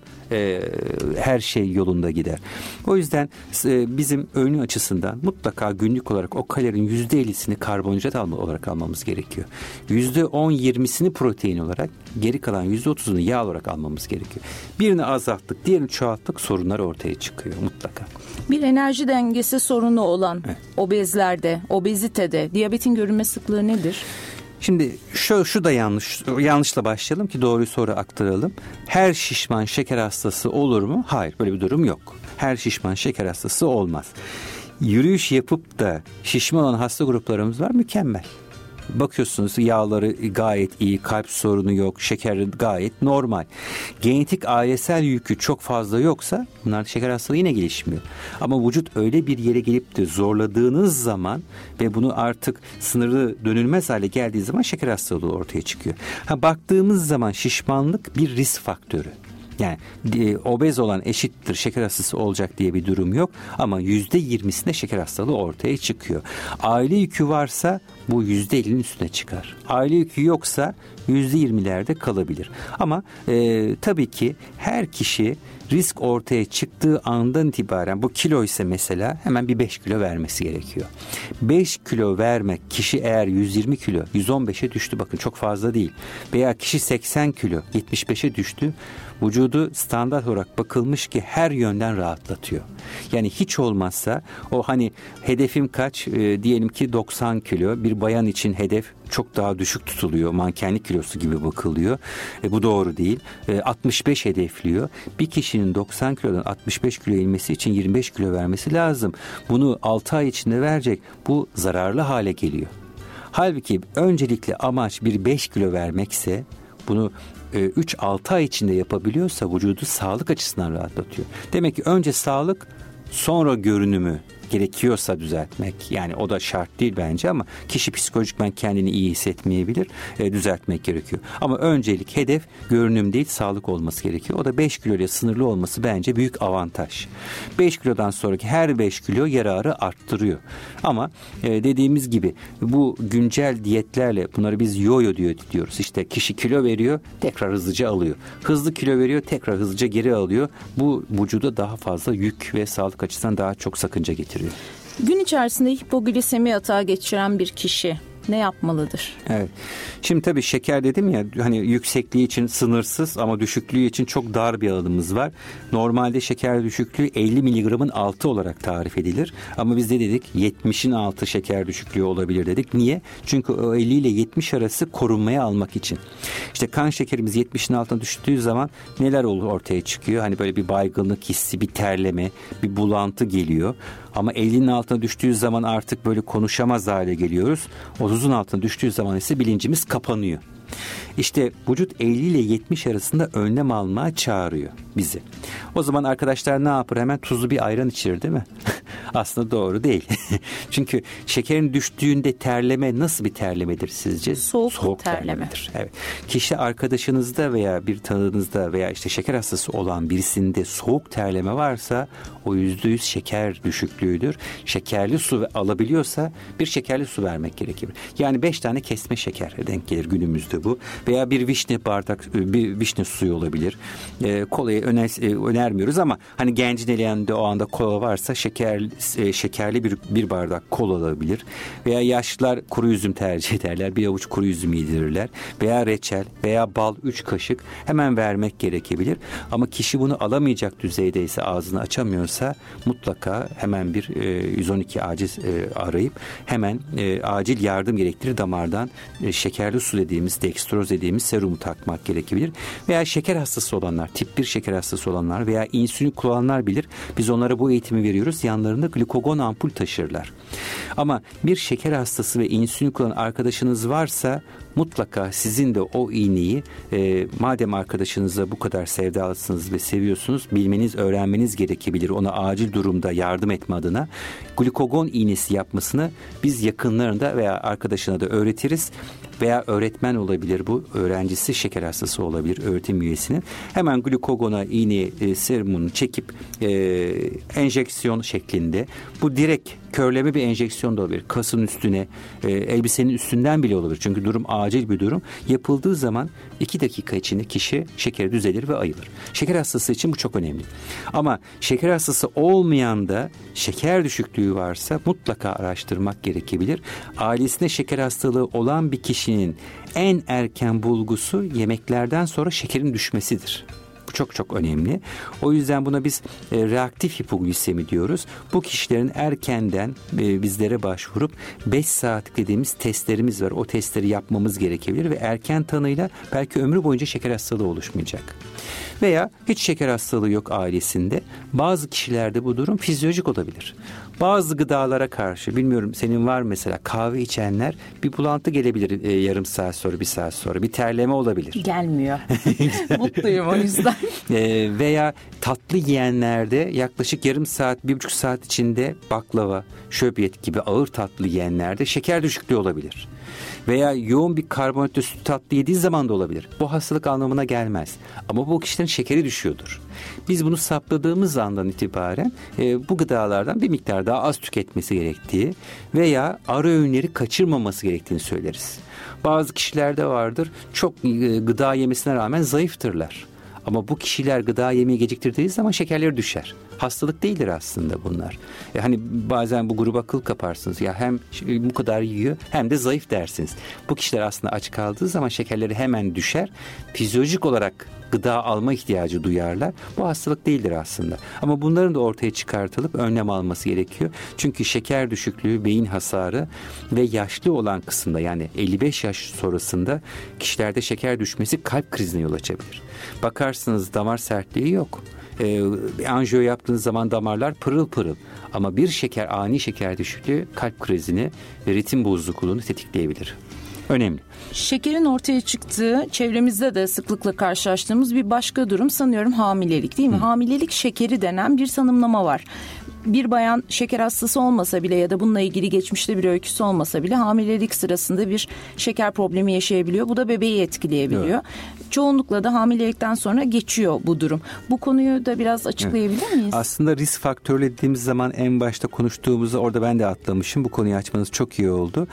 her şey yolunda gider. O yüzden bizim öğün açısından mutlaka günlük olarak o kalorinin %50'sini karbonhidrat olarak almamız gerekiyor. %10-20'sini protein olarak, geri kalan %30'unu yağ olarak almamız gerekiyor. Birini azalttık, diğerini çoğalttık, sorunlar ortaya çıkıyor mutlaka. Bir enerji dengesi sorunu olan obezlerde, obezitede diyabetin görülme sıklığı nedir? Şimdi şu da yanlışla başlayalım ki doğruyu sonra aktaralım. Her şişman şeker hastası olur mu? Hayır, böyle bir durum yok. Her şişman şeker hastası olmaz. Yürüyüş yapıp da şişman olan hasta gruplarımız var, mükemmel. Bakıyorsunuz yağları gayet iyi, kalp sorunu yok, şekeri gayet normal. Genetik ailesel yükü çok fazla yoksa bunlar şeker hastalığı yine gelişmiyor. Ama vücut öyle bir yere gelip de zorladığınız zaman ve bunu artık sınırlı dönülmez hale geldiği zaman şeker hastalığı ortaya çıkıyor. Baktığımız zaman şişmanlık bir risk faktörü. Yani obez olan eşittir şeker hastası olacak diye bir durum yok. Ama %20'sinde şeker hastalığı ortaya çıkıyor. Aile yükü varsa bu %50'nin üstüne çıkar. Aile yükü yoksa %20'lerde kalabilir. Ama tabii ki her kişi risk ortaya çıktığı andan itibaren, bu kilo ise mesela, hemen bir 5 kilo vermesi gerekiyor. 5 kilo vermek, kişi eğer 120 kilo 115'e düştü, bakın çok fazla değil, veya kişi 80 kilo 75'e düştü, vücudu standart olarak bakılmış ki her yönden rahatlatıyor. Yani hiç olmazsa o hani hedefim kaç, diyelim ki 90 kilo, bir bayan için hedef çok daha düşük tutuluyor. Mankenlik kilosu gibi bakılıyor. Bu doğru değil. 65 hedefliyor. Bir kişinin 90 kilodan 65 kilo inmesi için 25 kilo vermesi lazım. Bunu 6 ay içinde verecek. Bu zararlı hale geliyor. Halbuki öncelikle amaç bir 5 kilo vermekse, bunu 3-6 ay içinde yapabiliyorsa vücudu sağlık açısından rahatlatıyor. Demek ki önce sağlık, sonra görünümü gerekiyorsa düzeltmek. Yani o da şart değil bence, ama kişi psikolojikmen kendini iyi hissetmeyebilir. Düzeltmek gerekiyor. Ama öncelik, hedef görünüm değil, sağlık olması gerekiyor. O da 5 kilo ile sınırlı olması bence büyük avantaj. 5 kilodan sonraki her 5 kilo yararı arttırıyor. Ama dediğimiz gibi bu güncel diyetlerle, bunları biz yo-yo diyoruz. İşte kişi kilo veriyor, tekrar hızlıca alıyor. Hızlı kilo veriyor, tekrar hızlıca geri alıyor. Bu vücuda daha fazla yük ve sağlık açısından daha çok sakınca getiriyor. Gün içerisinde hipoglisemi atağı geçiren bir kişi ne yapmalıdır? Evet. Şimdi tabii şeker dedim ya, hani yüksekliği için sınırsız ama düşüklüğü için çok dar bir alanımız var. Normalde şeker düşüklüğü 50 miligramın altı olarak tarif edilir. Ama biz de dedik 70'in altı şeker düşüklüğü olabilir dedik. Niye? Çünkü o 50 ile 70 arası korunmaya almak için. İşte kan şekerimiz 70'in altına düştüğü zaman neler olur ortaya çıkıyor? Hani böyle bir baygınlık hissi, bir terleme, bir bulantı geliyor. Ama 50'nin altına düştüğü zaman artık böyle konuşamaz hale geliyoruz. 30'un altına düştüğü zaman ise bilincimiz kapanıyor. İşte vücut 50 ile 70 arasında önlem almaya çağırıyor bizi. O zaman arkadaşlar ne yapar? Hemen tuzlu bir ayran içirir, değil mi? Aslında doğru değil. Çünkü şekerin düştüğünde terleme nasıl bir terlemedir sizce? Soğuk terlemedir. Evet. Kişi arkadaşınızda veya bir tanıdığınızda veya işte şeker hastası olan birisinde soğuk terleme varsa o %100 şeker düşüklüğüdür. Şekerli su alabiliyorsa bir şekerli su vermek gerekir. Yani 5 tane kesme şeker denk gelir günümüzde bu. Veya bir vişne suyu olabilir. Kolayı önermiyoruz ama hani gencin elinde o anda kola varsa şekerli bir bardak kola alabilir. Veya yaşlılar kuru üzüm tercih ederler. Bir avuç kuru üzüm yedirirler. Veya reçel veya bal 3 kaşık hemen vermek gerekebilir. Ama kişi bunu alamayacak düzeydeyse, ağzını açamıyorsa mutlaka hemen bir 112 acil arayıp hemen acil yardım gerektirir. Damardan şekerli su dediğimiz, dextroz dediğimiz serumu takmak gerekebilir. Veya şeker hastası olanlar, tip 1 şeker hastası olanlar veya insülin kullananlar bilir. Biz onlara bu eğitimi veriyoruz. Yanlarında glikogon ampul taşırlar. Ama bir şeker hastası ve insülin kullanan arkadaşınız varsa mutlaka sizin de o iğneyi, madem arkadaşınıza bu kadar sevdalısınız ve seviyorsunuz, bilmeniz, öğrenmeniz gerekebilir. Ona acil durumda yardım etme adına glikogon iğnesi yapmasını biz yakınlarında veya arkadaşına da öğretiriz. Veya öğretmen olabilir bu, öğrencisi şeker hastası olabilir, öğretim üyesinin. Hemen glikogona iğne serumunu çekip enjeksiyon şeklinde, bu direkt körleme bir enjeksiyon da olabilir. Kasın üstüne, elbisenin üstünden bile olabilir. Çünkü durum acil bir durum. Yapıldığı zaman 2 dakika içinde kişi şekeri düzelir ve ayılır. Şeker hastası için bu çok önemli. Ama şeker hastası olmayan da şeker düşüklüğü varsa mutlaka araştırmak gerekebilir. Ailesinde şeker hastalığı olan bir kişinin en erken bulgusu yemeklerden sonra şekerin düşmesidir. Bu çok çok önemli. O yüzden buna biz reaktif hipoglisemi diyoruz. Bu kişilerin erkenden bizlere başvurup 5 saatlik dediğimiz testlerimiz var. O testleri yapmamız gerekebilir ve erken tanıyla belki ömrü boyunca şeker hastalığı oluşmayacak. Veya hiç şeker hastalığı yok ailesinde. Bazı kişilerde bu durum fizyolojik olabilir. Bazı gıdalara karşı, bilmiyorum senin var mesela, kahve içenler bir bulantı gelebilir yarım saat sonra, bir saat sonra. Bir terleme olabilir. Gelmiyor. Mutluyum o yüzden. Veya tatlı yiyenlerde yaklaşık yarım saat, 1,5 saat içinde baklava, şöbiyet gibi ağır tatlı yiyenlerde şeker düşüklüğü olabilir. Veya yoğun bir karbonhidratlı sütlü tatlı yediği zaman da olabilir. Bu hastalık anlamına gelmez. Ama bu kişilerin şekeri düşüyordur. Biz bunu saptadığımız andan itibaren bu gıdalardan bir miktar daha az tüketmesi gerektiği veya ara öğünleri kaçırmaması gerektiğini söyleriz. Bazı kişilerde vardır, çok gıda yemesine rağmen zayıftırlar. Ama bu kişiler gıda yemeği geciktirdiği zaman şekerleri düşer. Hastalık değildir aslında bunlar. Hani bazen bu gruba kıl kaparsınız. Ya hem bu kadar yiyor hem de zayıf dersiniz. Bu kişiler aslında aç kaldığı zaman şekerleri hemen düşer. Fizyolojik olarak gıda alma ihtiyacı duyarlar. Bu hastalık değildir aslında. Ama bunların da ortaya çıkartılıp önlem alması gerekiyor. Çünkü şeker düşüklüğü, beyin hasarı ve yaşlı olan kısımda, yani 55 yaş sonrasında kişilerde şeker düşmesi kalp krizine yol açabilir. Bakarsınız damar sertliği yok. Anjiyo yaptığınız zaman damarlar pırıl pırıl. Ama bir ani şeker düşüklüğü kalp krizini ve ritim bozukluğunu tetikleyebilir. Önemli. Şekerin ortaya çıktığı, çevremizde de sıklıkla karşılaştığımız bir başka durum sanıyorum hamilelik, değil mi? Hamilelik şekeri denen bir tanımlama var. Bir bayan şeker hastası olmasa bile ya da bununla ilgili geçmişte bir öyküsü olmasa bile hamilelik sırasında bir şeker problemi yaşayabiliyor. Bu da bebeği etkileyebiliyor. Evet. Çoğunlukla da hamilelikten sonra geçiyor bu durum. Bu konuyu da biraz açıklayabilir miyiz? Aslında risk faktörü dediğimiz zaman en başta konuştuğumuzda orada ben de atlamışım. Bu konuyu açmanız çok iyi oldu.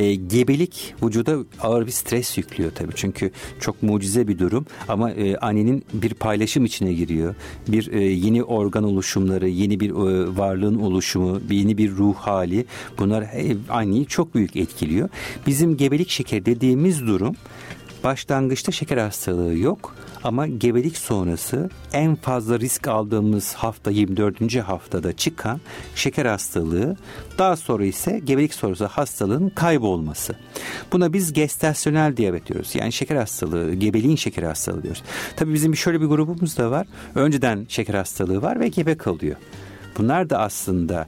Gebelik vücuda ağır bir stres yüklüyor tabii. Çünkü çok mucize bir durum ama annenin bir paylaşım içine giriyor. Bir yeni organ oluşumları, yeni bir varlığın oluşumu, yeni bir ruh hali, bunlar anneyi çok büyük etkiliyor. Bizim gebelik şekeri dediğimiz durum, başlangıçta şeker hastalığı yok ama gebelik sonrası en fazla risk aldığımız hafta 24. haftada çıkan şeker hastalığı, daha sonra ise gebelik sonrası hastalığın kaybolması. Buna biz gestasyonel diyabet diyoruz. Yani şeker hastalığı, gebeliğin şeker hastalığı diyoruz. Tabii bizim şöyle bir grubumuz da var. Önceden şeker hastalığı var ve gebe kalıyor. Bunlar da aslında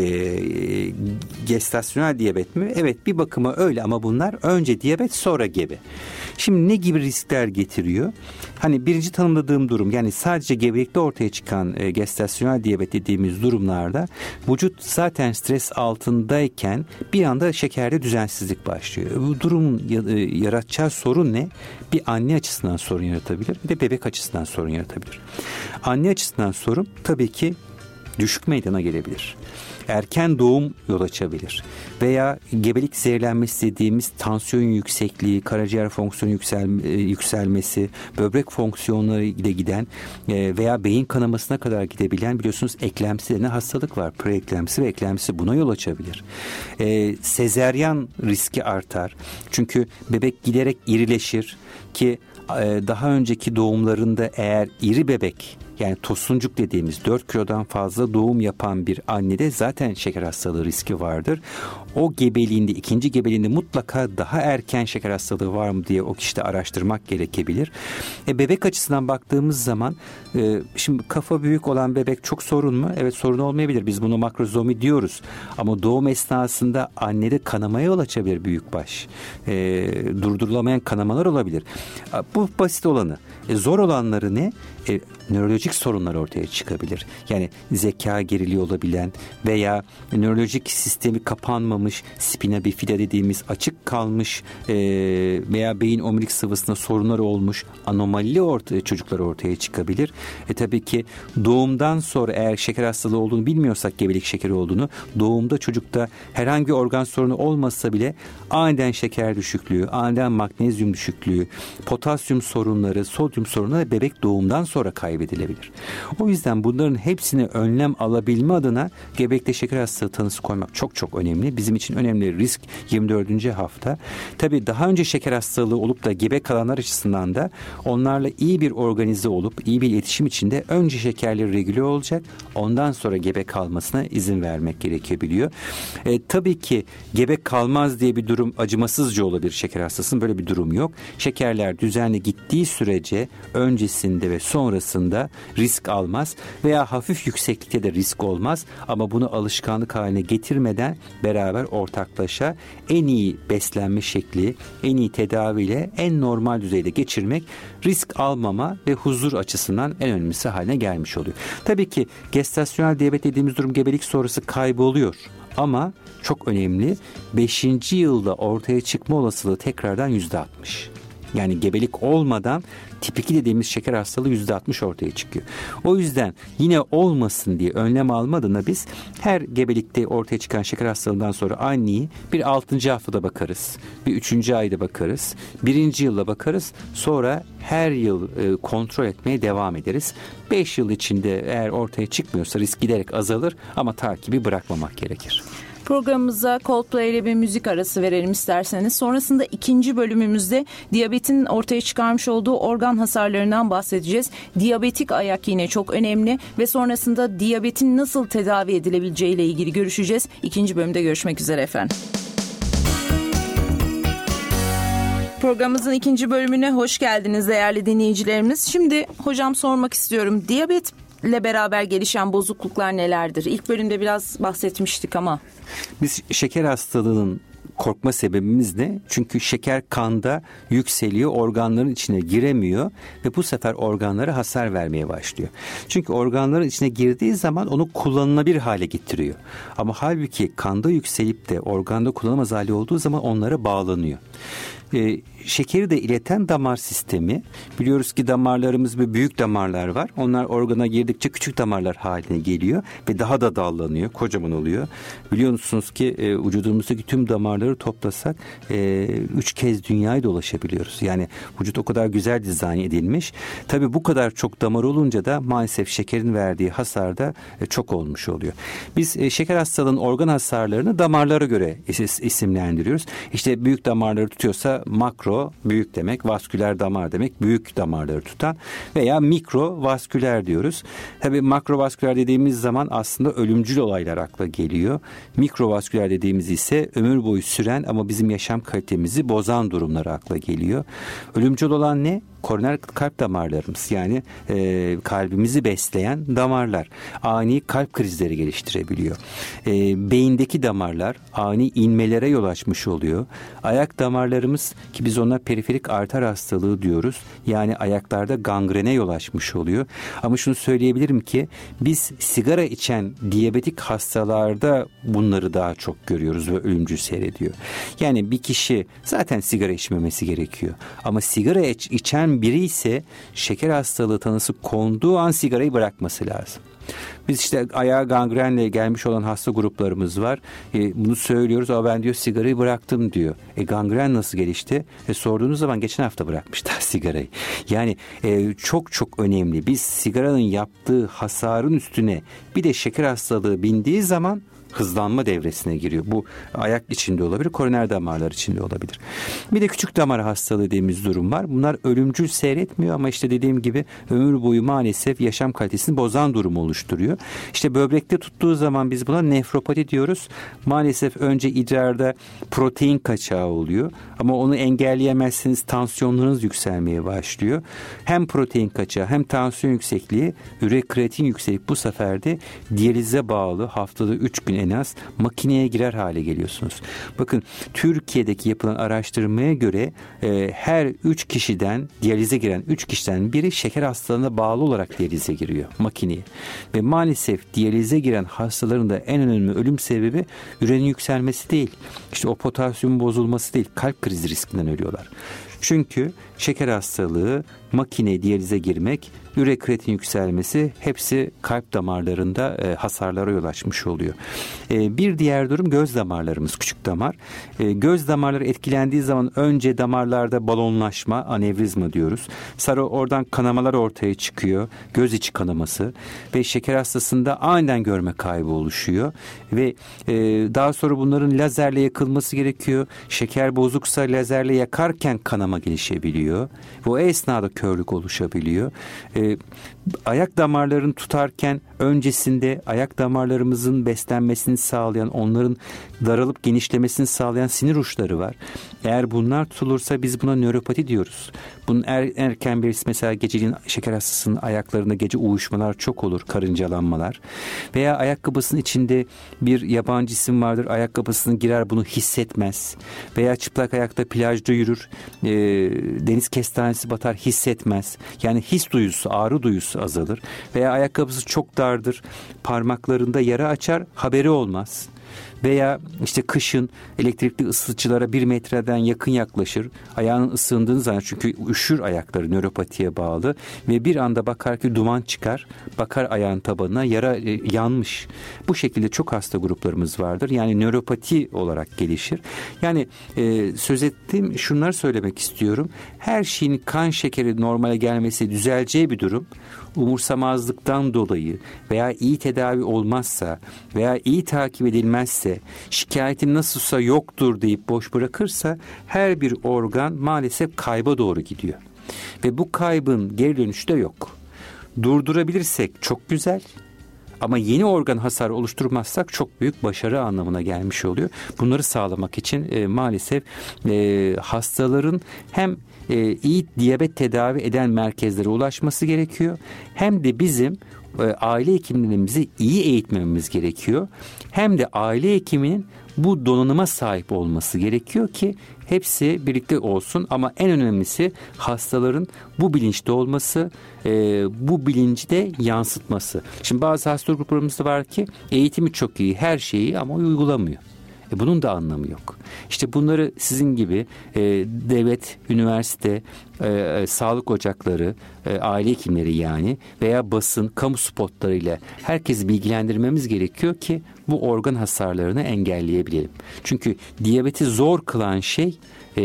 gestasyonel diyabet mi? Evet, bir bakıma öyle ama bunlar önce diyabet sonra gebe. Şimdi ne gibi riskler getiriyor? Hani birinci tanımladığım durum, yani sadece gebelikte ortaya çıkan gestasyonel diyabet dediğimiz durumlarda vücut zaten stres altındayken bir anda şekerde düzensizlik başlıyor. Bu durum yaratacağı sorun ne? Bir anne açısından sorun yaratabilir, bir de bebek açısından sorun yaratabilir. Anne açısından sorun tabii ki düşük meydana gelebilir. Erken doğum yol açabilir. Veya gebelik zehirlenmesi dediğimiz tansiyon yüksekliği, karaciğer fonksiyonu yükselmesi, böbrek fonksiyonları ile giden veya beyin kanamasına kadar gidebilen, biliyorsunuz eklemsi denen hastalık var. Preeklemsi ve eklemsi buna yol açabilir. Sezeryan riski artar. Çünkü bebek giderek irileşir ki daha önceki doğumlarında eğer iri bebek, yani tosuncuk dediğimiz 4 kilodan fazla doğum yapan bir annede zaten şeker hastalığı riski vardır. O gebeliğinde, ikinci gebeliğinde mutlaka daha erken şeker hastalığı var mı diye o kişide araştırmak gerekebilir. Bebek açısından baktığımız zaman şimdi kafa büyük olan bebek çok sorun mu? Evet, sorun olmayabilir. Biz bunu makrozomi diyoruz. Ama doğum esnasında annede kanamaya yol açabilir büyükbaş. Durdurulamayan kanamalar olabilir. Bu basit olanı. Zor olanları ne? Nörolojik sorunlar ortaya çıkabilir. Yani zeka geriliği olabilen veya nörolojik sistemi kapanmamış, spina bifida dediğimiz açık kalmış veya beyin omurilik sıvısında sorunlar olmuş anomali çocuklar ortaya çıkabilir. Tabii ki doğumdan sonra eğer şeker hastalığı olduğunu bilmiyorsak, gebelik şekeri olduğunu, doğumda çocukta herhangi organ sorunu olmasa bile aniden şeker düşüklüğü, aniden magnezyum düşüklüğü, potasyum sorunları, sodyum sorunları bebek doğumdan sonra kaybedilebilir. O yüzden bunların hepsine önlem alabilme adına gebelikte şeker hastalığı tanısı koymak çok çok önemli. Bizim için önemli risk 24. hafta. Tabii daha önce şeker hastalığı olup da gebe kalanlar açısından da onlarla iyi bir organize olup iyi bir iletişim içinde önce şekerleri regüle olacak, ondan sonra gebe kalmasına izin vermek gerekebiliyor. Tabii ki gebe kalmaz diye bir durum acımasızca olabilir şeker hastasının, böyle bir durum yok. Şekerler düzenli gittiği sürece öncesinde ve sonrasında risk almaz veya hafif yükseklikte de risk olmaz ama bunu alışkanlık haline getirmeden beraber ortaklaşa en iyi beslenme şekli, en iyi tedaviyle en normal düzeyde geçirmek risk almama ve huzur açısından en önemlisi haline gelmiş oluyor. Tabii ki gestasyonel diyabet dediğimiz durum gebelik sonrası kayboluyor. Ama çok önemli, 5. yılda ortaya çıkma olasılığı tekrardan %60. Yani gebelik olmadan tip 2 dediğimiz şeker hastalığı %60 ortaya çıkıyor. O yüzden yine olmasın diye önlem alma adına biz her gebelikte ortaya çıkan şeker hastalığından sonra anneyi bir 6. haftada bakarız. Bir 3. ayda bakarız. 1. yılda bakarız. Sonra her yıl kontrol etmeye devam ederiz. 5 yıl içinde eğer ortaya çıkmıyorsa risk giderek azalır ama takibi bırakmamak gerekir. Programımıza Coldplay ile bir müzik arası verelim isterseniz. Sonrasında 2. bölümümüzde diyabetin ortaya çıkarmış olduğu organ hasarlarından bahsedeceğiz. Diyabetik ayak yine çok önemli ve sonrasında diyabetin nasıl tedavi edilebileceği ile ilgili görüşeceğiz. 2. bölümde görüşmek üzere efendim. Programımızın 2. bölümüne hoş geldiniz değerli dinleyicilerimiz. Şimdi hocam sormak istiyorum. Diyabetle beraber gelişen bozukluklar nelerdir? İlk bölümde biraz bahsetmiştik ama. Biz şeker hastalığının korkma sebebimiz ne? Çünkü şeker kanda yükseliyor, organların içine giremiyor ve bu sefer organlara hasar vermeye başlıyor. Çünkü organların içine girdiği zaman onu kullanılabilir hale getiriyor. Ama halbuki kanda yükselip de organda kullanılamaz hali olduğu zaman onlara bağlanıyor. Şekeri de ileten damar sistemi. Biliyoruz ki damarlarımız ve büyük damarlar var. Onlar organa girdikçe küçük damarlar haline geliyor ve daha da dallanıyor, kocaman oluyor. Biliyor musunuz ki vücudumuzdaki tüm damarları toplasak 3 kez dünyayı dolaşabiliyoruz. Yani vücut o kadar güzel dizayn edilmiş. Tabii bu kadar çok damar olunca da maalesef şekerin verdiği hasar da çok olmuş oluyor. Biz şeker hastalığının organ hasarlarını damarlara göre isimlendiriyoruz. İşte büyük damarları tutuyorsa makro büyük demek, vasküler damar demek, büyük damarları tutan veya mikro vasküler diyoruz. Tabii makrovasküler dediğimiz zaman aslında ölümcül olaylar akla geliyor. Mikrovasküler dediğimiz ise ömür boyu süren ama bizim yaşam kalitemizi bozan durumlar akla geliyor. Ölümcül olan ne? Koroner kalp damarlarımız, yani kalbimizi besleyen damarlar ani kalp krizleri geliştirebiliyor. Beyindeki damarlar ani inmelere yol açmış oluyor. Ayak damarlarımız, ki biz ona periferik arter hastalığı diyoruz. Yani ayaklarda gangrene yol açmış oluyor. Ama şunu söyleyebilirim ki biz sigara içen diyabetik hastalarda bunları daha çok görüyoruz ve ölümcül seyrediyor. Yani bir kişi zaten sigara içmemesi gerekiyor. Ama sigara içen biri ise şeker hastalığı tanısı konduğu an sigarayı bırakması lazım. Biz işte ayağa gangrenle gelmiş olan hasta gruplarımız var. Bunu söylüyoruz ama ben diyor sigarayı bıraktım diyor. Gangren nasıl gelişti? Sorduğunuz zaman geçen hafta bırakmışlar sigarayı. Yani çok çok önemli. Biz sigaranın yaptığı hasarın üstüne bir de şeker hastalığı bindiği zaman hızlanma devresine giriyor. Bu ayak içinde olabilir, koroner damarlar içinde olabilir. Bir de küçük damar hastalığı dediğimiz durum var. Bunlar ölümcül seyretmiyor ama işte dediğim gibi ömür boyu maalesef yaşam kalitesini bozan durumu oluşturuyor. İşte böbrekte tuttuğu zaman biz buna nefropati diyoruz. Maalesef önce idrarda protein kaçağı oluyor ama onu engelleyemezseniz tansiyonlarınız yükselmeye başlıyor. Hem protein kaçağı hem tansiyon yüksekliği, ürek kreatin yükselip bu sefer de diyalize bağlı haftada 3 gün en az makineye girer hale geliyorsunuz. Bakın Türkiye'deki yapılan araştırmaya göre her 3 kişiden diyalize giren 3 kişiden biri şeker hastalığına bağlı olarak diyalize giriyor makineye. Ve maalesef diyalize giren hastaların da en önemli ölüm sebebi ürenin yükselmesi değil. İşte o potasyumun bozulması değil, kalp krizi riskinden ölüyorlar. Çünkü şeker hastalığı, makine diyalize girmek, ürek kreatin yükselmesi hepsi kalp damarlarında hasarlara yol açmış oluyor. Bir diğer durum göz damarlarımız, küçük damar. Göz damarları etkilendiği zaman önce damarlarda balonlaşma, anevrizma diyoruz. Sonra oradan kanamalar ortaya çıkıyor. Göz içi kanaması ve şeker hastasında aniden görme kaybı oluşuyor. Ve daha sonra bunların lazerle yakılması gerekiyor. Şeker bozuksa lazerle yakarken kanama gelişebiliyor. oluşabiliyor. Ve o esnada körlük oluşabiliyor. Ayak damarlarını tutarken öncesinde ayak damarlarımızın beslenmesini sağlayan, onların daralıp genişlemesini sağlayan sinir uçları var. Eğer bunlar tutulursa biz buna nöropati diyoruz. Bunun erken belirtisi mesela geceliğin şeker hastasının ayaklarında gece uyuşmalar çok olur, karıncalanmalar. Veya ayakkabısının içinde bir yabancı cisim vardır, ayakkabısını girer bunu hissetmez. Veya çıplak ayakta plajda yürür, deniz kestanesi batar hissetmez. Yani his duyusu, ağrı duyusu azalır. Veya ayakkabısı çok dardır, parmaklarında yara açar, haberi olmaz. Veya işte kışın elektrikli ısıtıcılara 1 metreden yakın yaklaşır. Ayağının ısındığını zanneder çünkü üşür ayakları, nöropatiye bağlı. Ve bir anda bakar ki duman çıkar. Bakar ayağın tabanına, yara yanmış. Bu şekilde çok hasta gruplarımız vardır. Yani nöropati olarak gelişir. Yani söz ettiğim şunları söylemek istiyorum. Her şeyin kan şekeri normale gelmesi düzeleceği bir durum. Umursamazlıktan dolayı veya iyi tedavi olmazsa veya iyi takip edilmezse, şikayetin nasılsa yoktur deyip boş bırakırsa her bir organ maalesef kayba doğru gidiyor. Ve bu kaybın geri dönüşü de yok. Durdurabilirsek çok güzel. Ama yeni organ hasar oluşturmazsak çok büyük başarı anlamına gelmiş oluyor. Bunları sağlamak için maalesef hastaların hem iyi diyabet tedavi eden merkezlere ulaşması gerekiyor. Hem de bizim aile hekimlerimizi iyi eğitmemiz gerekiyor. Hem de aile hekiminin bu donanıma sahip olması gerekiyor ki hepsi birlikte olsun. Ama en önemlisi hastaların bu bilinçte olması, bu bilinci de yansıtması. Şimdi bazı hasta gruplarımızda var ki eğitimi çok iyi, her şeyi ama uygulamıyor. Bunun da anlamı yok. İşte bunları sizin gibi devlet, üniversite, sağlık ocakları, aile hekimleri yani veya basın, kamu spotlarıyla herkesi bilgilendirmemiz gerekiyor ki bu organ hasarlarını engelleyebilelim. Çünkü diyabeti zor kılan şey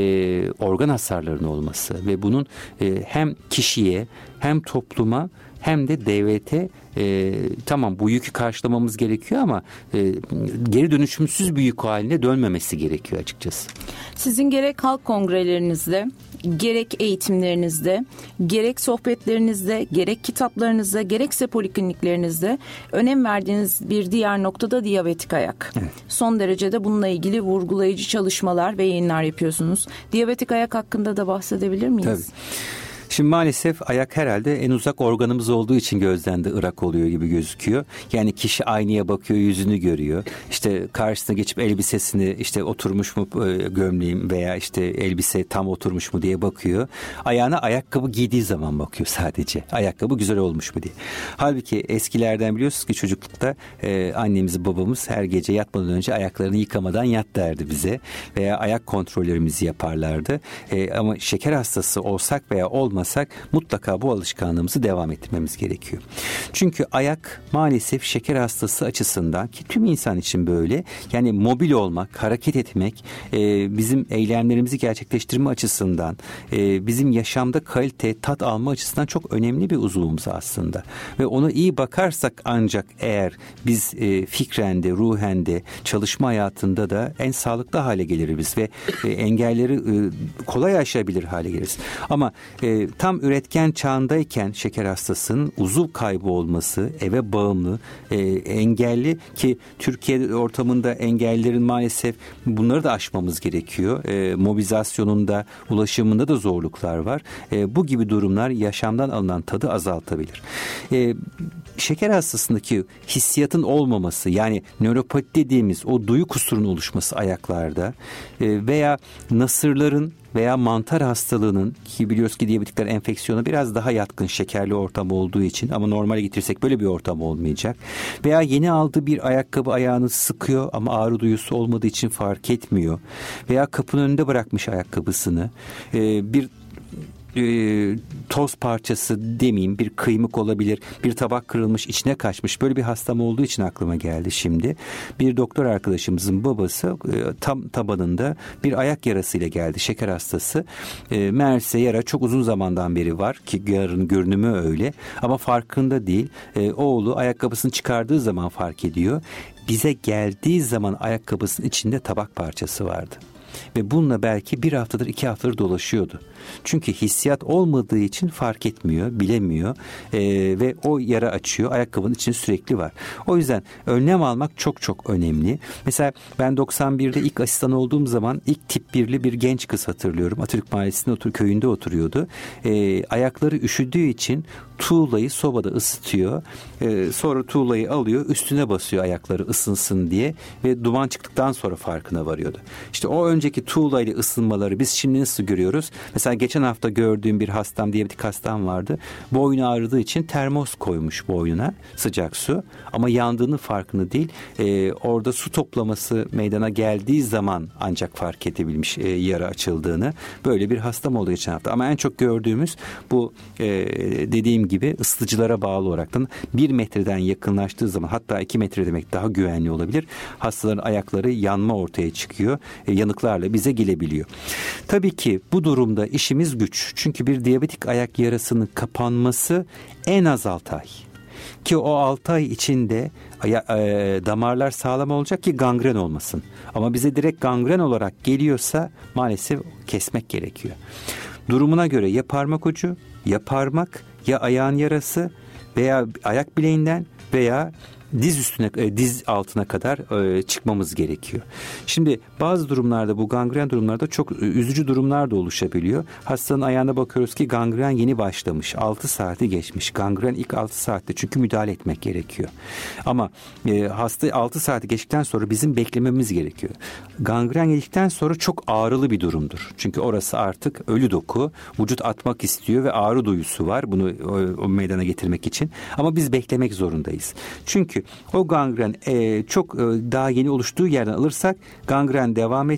organ hasarlarının olması ve bunun hem kişiye hem topluma hem de devlete tamam bu yükü karşılamamız gerekiyor ama geri dönüşümsüz bir yük haline dönmemesi gerekiyor açıkçası. Sizin gerek halk kongrelerinizde, gerek eğitimlerinizde, gerek sohbetlerinizde, gerek kitaplarınızda, gerekse polikliniklerinizde önem verdiğiniz bir diğer noktada diyabetik ayak. Evet. Son derece de bununla ilgili vurgulayıcı çalışmalar ve yayınlar yapıyorsunuz. Diyabetik ayak hakkında da bahsedebilir miyiz? Tabii. Şimdi maalesef ayak herhalde en uzak organımız olduğu için gözden de ırak oluyor gibi gözüküyor. Yani kişi aynaya bakıyor, yüzünü görüyor. İşte karşısına geçip elbisesini işte oturmuş mu gömleğim veya işte elbise tam oturmuş mu diye bakıyor. Ayağına ayakkabı giydiği zaman bakıyor sadece. Ayakkabı güzel olmuş mu diye. Halbuki eskilerden biliyorsunuz ki çocuklukta annemiz babamız her gece yatmadan önce ayaklarını yıkamadan yat derdi bize. Veya ayak kontrollerimizi yaparlardı. Ama şeker hastası olsak veya olmasak mutlaka bu alışkanlığımızı devam ettirmemiz gerekiyor. Çünkü ayak maalesef şeker hastası açısından ki tüm insan için böyle yani mobil olmak, hareket etmek bizim eylemlerimizi gerçekleştirme açısından bizim yaşamda kalite, tat alma açısından çok önemli bir uzuvumuz aslında. Ve ona iyi bakarsak ancak eğer biz fikren de, ruhen de, çalışma hayatında da en sağlıklı hale geliriz ve engelleri kolay aşabilir hale geliriz. Ama tam üretken çağındayken şeker hastasının uzuv kaybı olması, eve bağımlı, engelli ki Türkiye ortamında engellilerin maalesef bunları da aşmamız gerekiyor. Mobilizasyonunda, ulaşımında da zorluklar var. Bu gibi durumlar yaşamdan alınan tadı azaltabilir. Şeker hastasındaki hissiyatın olmaması yani nöropati dediğimiz o duyu kusurunun oluşması ayaklarda veya nasırların veya mantar hastalığının ki biliyoruz ki diyabetikler enfeksiyona biraz daha yatkın şekerli ortam olduğu için ama normale getirsek böyle bir ortam olmayacak. Veya yeni aldığı bir ayakkabı ayağını sıkıyor ama ağrı duyusu olmadığı için fark etmiyor. Veya kapının önünde bırakmış ayakkabısını bir toz parçası demeyeyim bir kıymık olabilir bir tabak kırılmış içine kaçmış böyle bir hastam olduğu için aklıma geldi şimdi bir doktor arkadaşımızın babası tam tabanında bir ayak yarasıyla geldi şeker hastası meğerse yara çok uzun zamandan beri var ki yaranın görünümü öyle ama farkında değil oğlu ayakkabısını çıkardığı zaman fark ediyor bize geldiği zaman ayakkabısının içinde tabak parçası vardı. ve bununla belki 1 haftadır 2 haftadır dolaşıyordu. Çünkü hissiyat olmadığı için fark etmiyor, bilemiyor ve o yara açıyor. Ayakkabının içinde sürekli var. O yüzden önlem almak çok çok önemli. Mesela ben 91'de ilk asistan olduğum zaman ilk tip 1'li bir genç kız hatırlıyorum. Atatürk Mahallesi'nde köyünde oturuyordu. Ayakları üşüdüğü için tuğlayı sobada ısıtıyor. Sonra tuğlayı alıyor, üstüne basıyor ayakları ısınsın diye ve duman çıktıktan sonra farkına varıyordu. İşte o önceki tuğlayla ısınmaları biz şimdi nasıl görüyoruz? Mesela geçen hafta gördüğüm bir hastam, diyabetik hastam vardı. Boynu ağrıdığı için termos koymuş boynuna, sıcak su, ama yandığını farkında değil. Orada su toplaması meydana geldiği zaman ancak fark edebilmiş yara açıldığını. Böyle bir hastam oldu geçen hafta. Ama en çok gördüğümüz bu dediğim gibi ısıtıcılara bağlı olaraktan 1 metreden yakınlaştığı zaman, hatta 2 metre demek daha güvenli olabilir. Hastaların ayakları yanma ortaya çıkıyor. Yanıklarla bize gelebiliyor. Tabii ki bu durumda işimiz güç. Çünkü bir diyabetik ayak yarasının kapanması en az 6 ay. Ki o 6 ay içinde damarlar sağlam olacak ki gangren olmasın. Ama bize direkt gangren olarak geliyorsa maalesef kesmek gerekiyor. Durumuna göre ya parmak ucu, ya parmak, ya ayağın yarası veya ayak bileğinden veya diz altına kadar çıkmamız gerekiyor. Şimdi bazı durumlarda, bu gangren durumlarda çok üzücü durumlar da oluşabiliyor. Hastanın ayağına bakıyoruz ki gangren yeni başlamış. 6 saati geçmiş. Gangren ilk 6 saatte, çünkü müdahale etmek gerekiyor. Ama hasta 6 saati geçtikten sonra bizim beklememiz gerekiyor. Gangren geldikten sonra çok ağrılı bir durumdur. Çünkü orası artık ölü doku. Vücut atmak istiyor ve ağrı duyusu var bunu o meydana getirmek için. Ama biz beklemek zorundayız. Çünkü o gangren çok daha yeni oluştuğu yerden alırsak gangren devam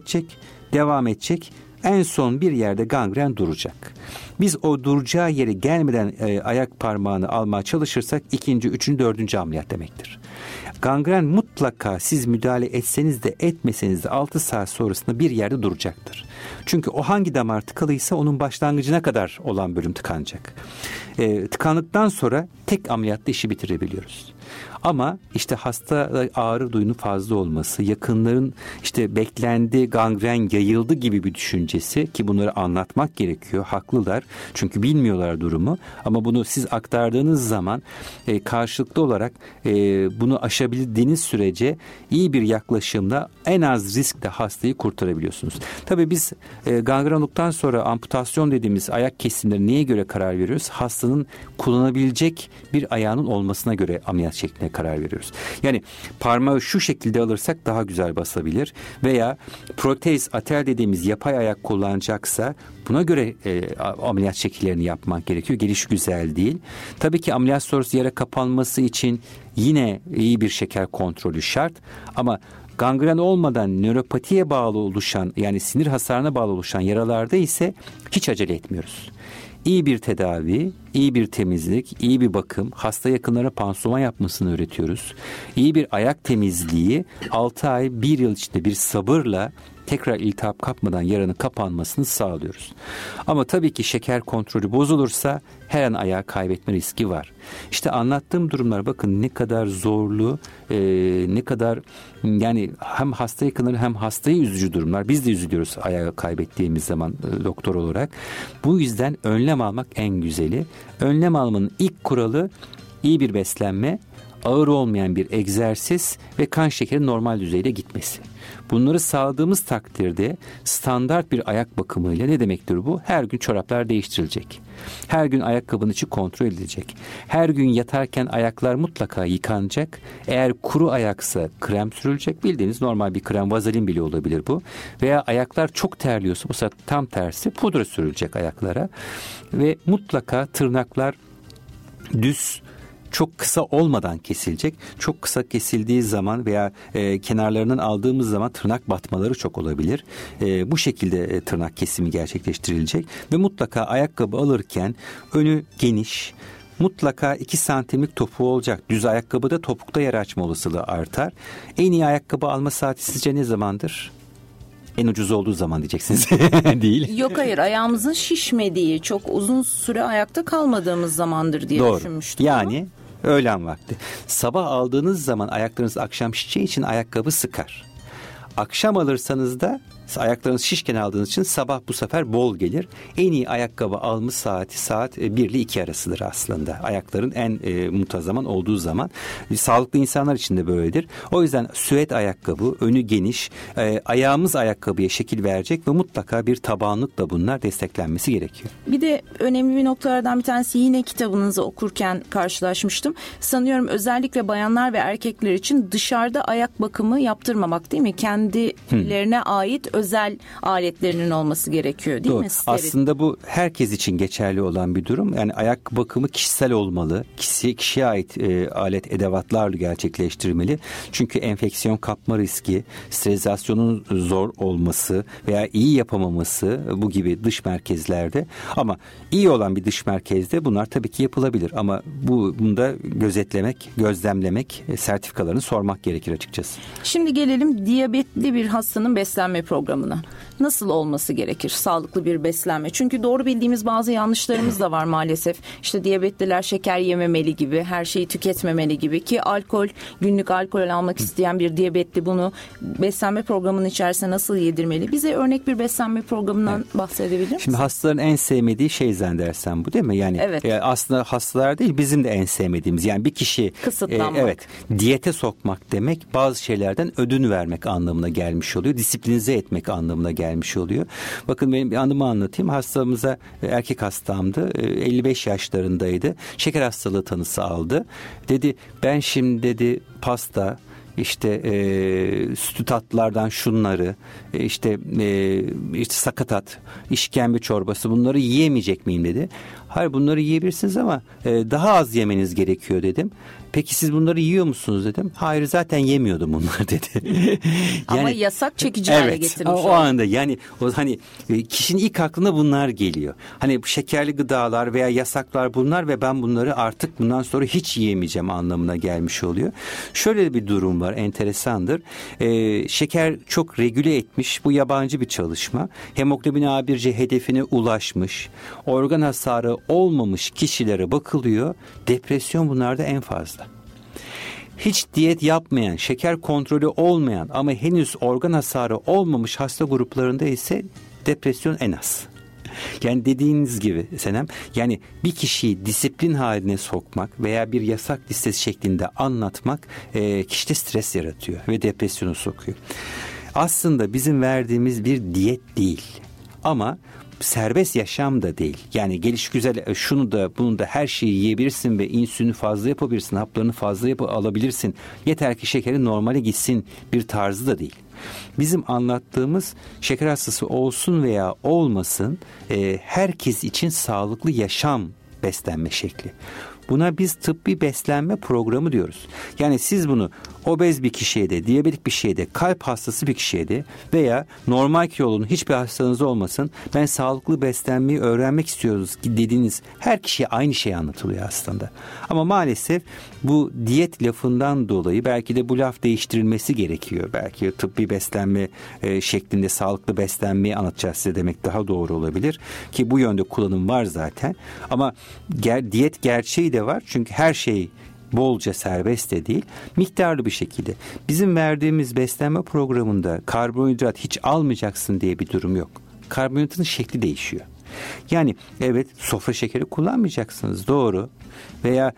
edecek. En son bir yerde gangren duracak. Biz o duracağı yere gelmeden ayak parmağını almaya çalışırsak 2., 3., 4. ameliyat demektir. Gangren mutlaka siz müdahale etseniz de etmeseniz de 6 saat sonrasında bir yerde duracaktır. Çünkü o hangi damar tıkalıysa onun başlangıcına kadar olan bölüm tıkanacak. Tıkandıktan sonra tek ameliyatta işi bitirebiliyoruz. Ama işte hasta ağrı duyunun fazla olması, yakınların işte beklendi, gangren yayıldı gibi bir düşüncesi, ki bunları anlatmak gerekiyor. Haklılar. Çünkü bilmiyorlar durumu. Ama bunu siz aktardığınız zaman karşılıklı olarak bunu aşabildiğiniz sürece iyi bir yaklaşımla en az riskle hastayı kurtarabiliyorsunuz. Tabii biz gangren olduktan sonra amputasyon dediğimiz ayak kesimleri neye göre karar veriyoruz? Hastanın kullanabilecek bir ayağının olmasına göre ameliyat şekline karar veriyoruz. Yani parmağı şu şekilde alırsak daha güzel basabilir veya protez, atel dediğimiz yapay ayak kullanacaksa buna göre ameliyat şekillerini yapmak gerekiyor. Gelişigüzel değil. Tabii ki ameliyat sonrası yara kapanması için yine iyi bir şeker kontrolü şart, ama gangren olmadan nöropatiye bağlı oluşan, yani sinir hasarına bağlı oluşan yaralarda ise hiç acele etmiyoruz. İyi bir tedavi, iyi bir temizlik, iyi bir bakım, hasta yakınlara pansuman yapmasını öğretiyoruz. İyi bir ayak temizliği, 6 ay, 1 yıl içinde bir sabırla tekrar iltihap kapmadan yaranın kapanmasını sağlıyoruz. Ama tabii ki şeker kontrolü bozulursa her an ayağı kaybetme riski var. İşte anlattığım durumlar bakın ne kadar zorlu, ne kadar yani hem hasta yakınları hem hastayı üzücü durumlar. Biz de üzülüyoruz ayağı kaybettiğimiz zaman doktor olarak. Bu yüzden önlem almak en güzeli. Önlem almanın ilk kuralı iyi bir beslenme, ağır olmayan bir egzersiz ve kan şekeri normal düzeyde gitmesi. Bunları sağladığımız takdirde standart bir ayak bakımıyla, ne demektir bu? Her gün çoraplar değiştirilecek. Her gün ayakkabının içi kontrol edilecek. Her gün yatarken ayaklar mutlaka yıkanacak. Eğer kuru ayaksa krem sürülecek. Bildiğiniz normal bir krem, vazelin bile olabilir bu. Veya ayaklar çok terliyorsa bu sefer tam tersi pudra sürülecek ayaklara. Ve mutlaka tırnaklar düz, çok kısa olmadan kesilecek. Çok kısa kesildiği zaman veya kenarlarından aldığımız zaman tırnak batmaları çok olabilir. Bu şekilde tırnak kesimi gerçekleştirilecek ve mutlaka ayakkabı alırken önü geniş, mutlaka 2 santimlik topuğu olacak. Düz ayakkabıda topukta yer açma olasılığı artar. En iyi ayakkabı alma saati sizce ne zamandır? En ucuz olduğu zaman diyeceksiniz. Değil. Yok hayır, ayağımızın şişmediği, çok uzun süre ayakta kalmadığımız zamandır diye doğru düşünmüştüm. Yani öğlen vakti. Sabah aldığınız zaman ayaklarınız akşam şişeceği için ayakkabı sıkar. Akşam alırsanız da ayaklarınızı şişken aldığınız için sabah bu sefer bol gelir. En iyi ayakkabı alma saat 1 ile 2 arasıdır aslında. Ayakların en muntazaman olduğu zaman. Sağlıklı insanlar için de böyledir. O yüzden süet ayakkabı, önü geniş, ayağımız ayakkabıya şekil verecek ve mutlaka bir tabanlıkla bunlar desteklenmesi gerekiyor. Bir de önemli bir noktalardan bir tanesi, yine kitabınızı okurken karşılaşmıştım. Sanıyorum özellikle bayanlar ve erkekler için dışarıda ayak bakımı yaptırmamak, değil mi? Kendilerine ait özel aletlerinin olması gerekiyor, değil Doğru. mi? Steril. Aslında bu herkes için geçerli olan bir durum. Yani ayak bakımı kişisel olmalı. Kişiye ait alet edevatlarla gerçekleştirmeli. Çünkü enfeksiyon kapma riski, sterilizasyonun zor olması veya iyi yapamaması bu gibi dış merkezlerde, ama iyi olan bir dış merkezde bunlar tabii ki yapılabilir, ama bunu da gözetlemek, gözlemlemek, sertifikalarını sormak gerekir açıkçası. Şimdi gelelim diyabetli bir hastanın beslenme programına. Nasıl olması gerekir sağlıklı bir beslenme? Çünkü doğru bildiğimiz bazı yanlışlarımız da var maalesef. İşte diyabetliler şeker yememeli gibi, her şeyi tüketmemeli gibi, ki günlük alkol almak isteyen bir diyabetli bunu beslenme programının içerisine nasıl yedirmeli? Bize örnek bir beslenme programından bahsedebilir misin? Şimdi hastaların en sevmediği şey zannedersem bu, değil mi? Yani evet. Aslında hastalar değil, bizim de en sevmediğimiz. Yani bir kişi diyete sokmak demek bazı şeylerden ödün vermek anlamına gelmiş oluyor. Disiplinize etmek anlamına gelmiş oluyor. Bakın benim bir anımı anlatayım. Hastamıza, erkek hastamdı. 55 yaşlarındaydı. Şeker hastalığı tanısı aldı. Dedi ben şimdi dedi pasta, İşte sütlü tatlılardan şunları, işte sakatat, işkembe çorbası, bunları yiyemeyecek miyim dedi. Hayır, bunları yiyebilirsiniz ama daha az yemeniz gerekiyor dedim. Peki siz bunları yiyor musunuz dedim. Hayır, zaten yemiyordum bunları dedi. Ama yasak çekici hale getirmiş. O anda yani kişinin ilk aklına bunlar geliyor. Hani şekerli gıdalar veya yasaklar bunlar ve ben bunları artık bundan sonra hiç yiyemeyeceğim anlamına gelmiş oluyor. Şöyle bir durum var, enteresandır. Şeker çok regüle etmiş, bu yabancı bir çalışma. Hemoglobin A1C hedefine ulaşmış, organ hasarı olmamış kişilere bakılıyor. Depresyon bunlarda en fazla. Hiç diyet yapmayan, şeker kontrolü olmayan ama henüz organ hasarı olmamış hasta gruplarında ise depresyon en az. Yani dediğiniz gibi Senem, yani bir kişiyi disiplin haline sokmak veya bir yasak listesi şeklinde anlatmak kişide stres yaratıyor ve depresyonu sokuyor. Aslında bizim verdiğimiz bir diyet değil ama serbest yaşam da değil. Yani gelişigüzel şunu da bunu da her şeyi yiyebilirsin ve insülini fazla yapabilirsin, haplarını fazla alabilirsin. Yeter ki şekeri normale gitsin bir tarzı da değil. Bizim anlattığımız şeker hastası olsun veya olmasın herkes için sağlıklı yaşam beslenme şekli. Buna biz tıbbi beslenme programı diyoruz. Yani siz bunu obez bir kişiye de, diyabetik bir kişiye de, kalp hastası bir kişiye de veya normal kilolunun hiçbir hastalığınız olmasın, ben sağlıklı beslenmeyi öğrenmek istiyoruz dediğiniz her kişiye aynı şey anlatılıyor aslında. Ama maalesef bu diyet lafından dolayı belki de bu laf değiştirilmesi gerekiyor. Belki tıbbi beslenme şeklinde sağlıklı beslenmeyi anlatacağız size demek daha doğru olabilir. Ki bu yönde kullanım var zaten. Ama diyet gerçeği de var. Çünkü her şey bolca serbest de değil, miktarlı bir şekilde. Bizim verdiğimiz beslenme programında karbonhidrat hiç almayacaksın diye bir durum yok. Karbonhidratın şekli değişiyor. Yani evet, sofra şekeri kullanmayacaksınız, doğru. Veya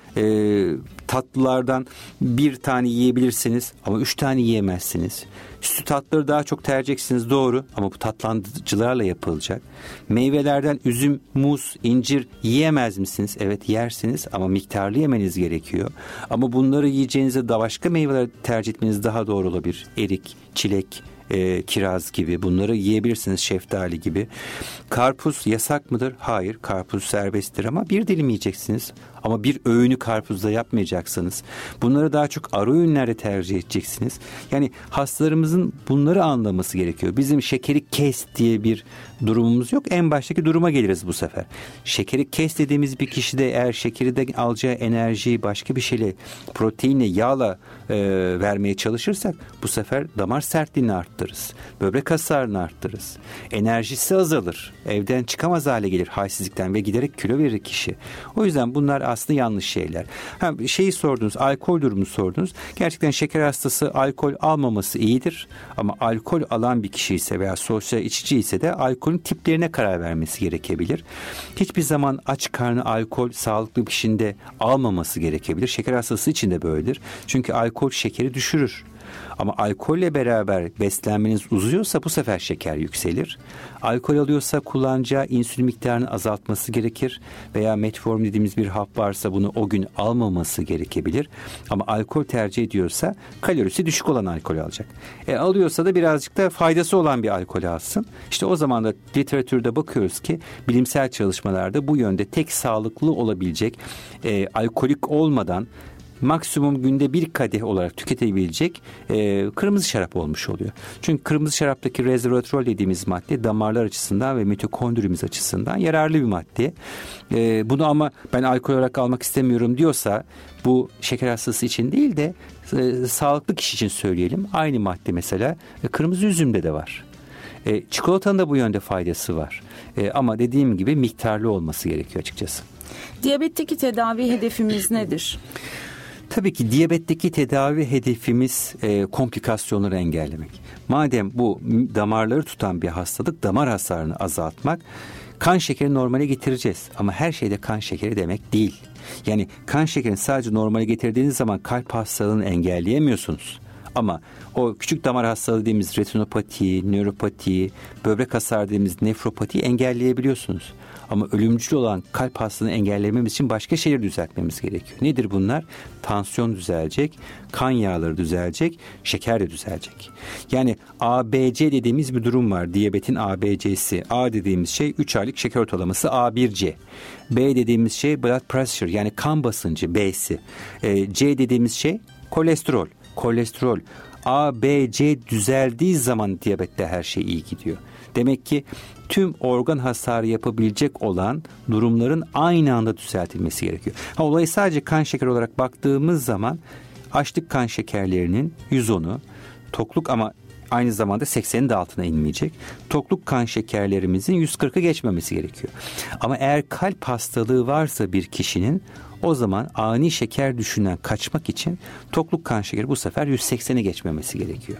tatlılardan bir tane yiyebilirsiniz ama 3 tane yiyemezsiniz. Sütlü tatlıları daha çok tercih edeceksiniz, doğru, ama bu tatlandırıcılarla yapılacak. Meyvelerden üzüm, muz, incir yiyemez misiniz? Evet, yersiniz ama miktarlı yemeniz gerekiyor. Ama bunları yiyeceğinizde de başka meyveler tercih etmeniz daha doğru olabilir. Erik, çilek, kiraz gibi bunları yiyebilirsiniz, şeftali gibi. Karpuz yasak mıdır? Hayır, karpuz serbesttir ama bir dilim yiyeceksiniz. Ama bir öğünü karpuzla yapmayacaksınız. Bunları daha çok ara öğünlerde tercih edeceksiniz. Yani hastalarımızın bunları anlaması gerekiyor. Bizim şekeri kes diye bir durumumuz yok. En baştaki duruma geliriz bu sefer. Şekeri kes dediğimiz bir kişide eğer şekeri de alacağı enerjiyi başka bir şeyle, proteinle, yağla vermeye çalışırsak bu sefer damar sertliğini arttırırız. Böbrek hasarını arttırırız. Enerjisi azalır. Evden çıkamaz hale gelir halsizlikten ve giderek kilo verir kişi. O yüzden bunlar aslında yanlış şeyler. Şeyi sordunuz, alkol durumu sordunuz. Gerçekten şeker hastası alkol almaması iyidir. Ama alkol alan bir kişi ise veya sosyal içici ise de alkolün tiplerine karar vermesi gerekebilir. Hiçbir zaman aç karnı alkol sağlıklı bir kişinin de almaması gerekebilir. Şeker hastası için de böyledir. Çünkü alkol şekeri düşürür. Ama alkolle beraber beslenmeniz uzuyorsa bu sefer şeker yükselir. Alkol alıyorsa kullanacağı insülin miktarını azaltması gerekir. Veya metformin dediğimiz bir hap varsa bunu o gün almaması gerekebilir. Ama alkol tercih ediyorsa kalorisi düşük olan alkol alacak. Alıyorsa da birazcık da faydası olan bir alkol alsın. İşte o zaman da literatürde bakıyoruz ki bilimsel çalışmalarda bu yönde tek sağlıklı olabilecek alkolik olmadan maksimum günde bir kadeh olarak tüketebilecek kırmızı şarap olmuş oluyor. Çünkü kırmızı şaraptaki resveratrol dediğimiz madde damarlar açısından ve mitokondrimiz açısından yararlı bir madde. Bunu ama ben alkol olarak almak istemiyorum diyorsa bu şeker hastası için değil de sağlıklı kişi için söyleyelim. Aynı madde mesela kırmızı üzümde de var. Çikolatanın da bu yönde faydası var. Ama dediğim gibi miktarlı olması gerekiyor açıkçası. Diyabetteki tedavi hedefimiz nedir? Tabii ki diyabetteki tedavi hedefimiz komplikasyonları engellemek. Madem bu damarları tutan bir hastalık, damar hasarını azaltmak, kan şekerini normale getireceğiz. Ama her şeyde kan şekeri demek değil. Yani kan şekerini sadece normale getirdiğiniz zaman kalp hastalığını engelleyemiyorsunuz. Ama o küçük damar hastalığı dediğimiz retinopati, nöropati, böbrek hasarı dediğimiz nefropatiyi engelleyebiliyorsunuz. Ama ölümcül olan kalp hastalığını engellememiz için başka şeyleri düzeltmemiz gerekiyor. Nedir bunlar? Tansiyon düzelecek, kan yağları düzelecek, şeker de düzelecek. Yani ABC dediğimiz bir durum var. Diyabetin ABC'si. A dediğimiz şey 3 aylık şeker ortalaması A1C. B dediğimiz şey blood pressure yani kan basıncı B'si. C dediğimiz şey kolesterol. Kolesterol A, B, C düzeldiği zaman diyabette her şey iyi gidiyor. Demek ki tüm organ hasarı yapabilecek olan durumların aynı anda düzeltilmesi gerekiyor. Olayı sadece kan şekeri olarak baktığımız zaman açlık kan şekerlerinin 110'u, tokluk ama aynı zamanda 80'in de altına inmeyecek. Tokluk kan şekerlerimizin 140'ı geçmemesi gerekiyor. Ama eğer kalp hastalığı varsa bir kişinin o zaman ani şeker düşüğünden kaçmak için tokluk kan şekeri bu sefer 180'i geçmemesi gerekiyor.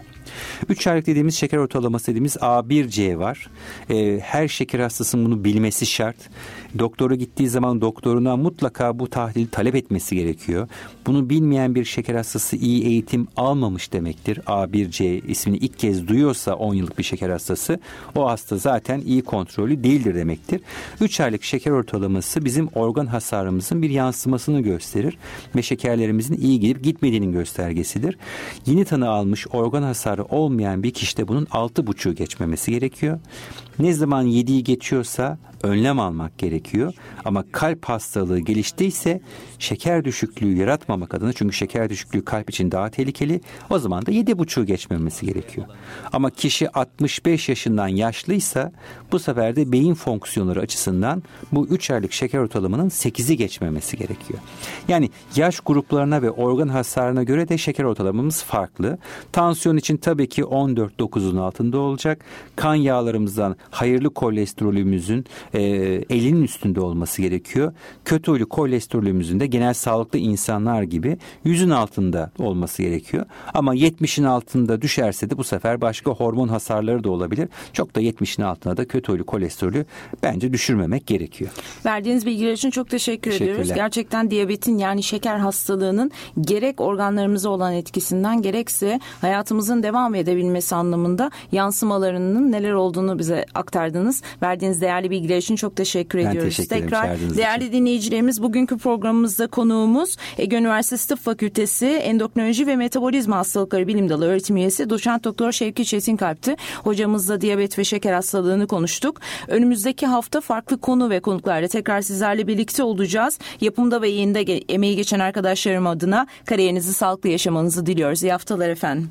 3 aylık dediğimiz şeker ortalaması dediğimiz A1C var. Her şeker hastasının bunu bilmesi şart. Doktora gittiği zaman doktoruna mutlaka bu tahlili talep etmesi gerekiyor. Bunu bilmeyen bir şeker hastası iyi eğitim almamış demektir. A1C ismini ilk kez duyuyorsa 10 yıllık bir şeker hastası o hasta zaten iyi kontrollü değildir demektir. 3 aylık şeker ortalaması bizim organ hasarımızın bir yansımasını gösterir ve şekerlerimizin iyi gidip gitmediğinin göstergesidir. Yeni tanı almış organ hasarı olmayan bir kişide bunun 6,5'u geçmemesi gerekiyor. Ne zaman 7'yi geçiyorsa önlem almak gerekiyor. Ama kalp hastalığı geliştiyse şeker düşüklüğü yaratmamak adına, çünkü şeker düşüklüğü kalp için daha tehlikeli, o zaman da 7,5'u geçmemesi gerekiyor. Ama kişi 65 yaşından yaşlıysa bu sefer de beyin fonksiyonları açısından bu 3 aylık şeker ortalamanın 8'i geçmemesi gerekiyor. Yani yaş gruplarına ve organ hasarına göre de şeker ortalamamız farklı. Tansiyon için tabii ki 14,9'un altında olacak. Kan yağlarımızdan hayırlı kolesterolümüzün 50'nin üstünde olması gerekiyor. Kötü huylu kolesterolümüzün de genel sağlıklı insanlar gibi 100'ün altında olması gerekiyor. Ama 70'in altında düşerse de bu sefer başka hormon hasarları da olabilir. Çok da 70'in altına da kötü huylu kolesterolü bence düşürmemek gerekiyor. Verdiğiniz bilgiler için çok teşekkür ediyoruz. Gerçekten diyabetin yani şeker hastalığının gerek organlarımıza olan etkisinden gerekse hayatımızın devam edebilmesi anlamında yansımalarının neler olduğunu bize aktardınız. Verdiğiniz değerli bilgiler için çok teşekkür ediyoruz. Teşekkür Tekrar değerli dinleyicilerimiz, bugünkü programımızda konuğumuz Ege Üniversitesi Tıp Fakültesi Endokrinoloji ve Metabolizma Hastalıkları Bilim Dalı öğretim üyesi Doçent Doktor Şevki Çetinkalp'ti. Hocamızla diyabet ve şeker hastalığını konuştuk. Önümüzdeki hafta farklı konu ve konuklarla tekrar sizlerle birlikte olacağız. Yapımda ve yayında emeği geçen arkadaşlarım adına kariyerinizi sağlıklı yaşamanızı diliyoruz. İyi haftalar efendim.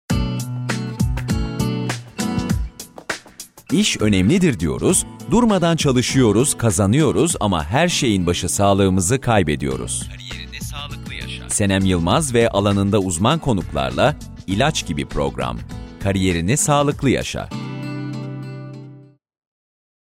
İş önemlidir diyoruz, durmadan çalışıyoruz, kazanıyoruz ama her şeyin başı sağlığımızı kaybediyoruz. Kariyerinde sağlıklı yaşa. Senem Yılmaz ve alanında uzman konuklarla ilaç gibi program. Kariyerini sağlıklı yaşa.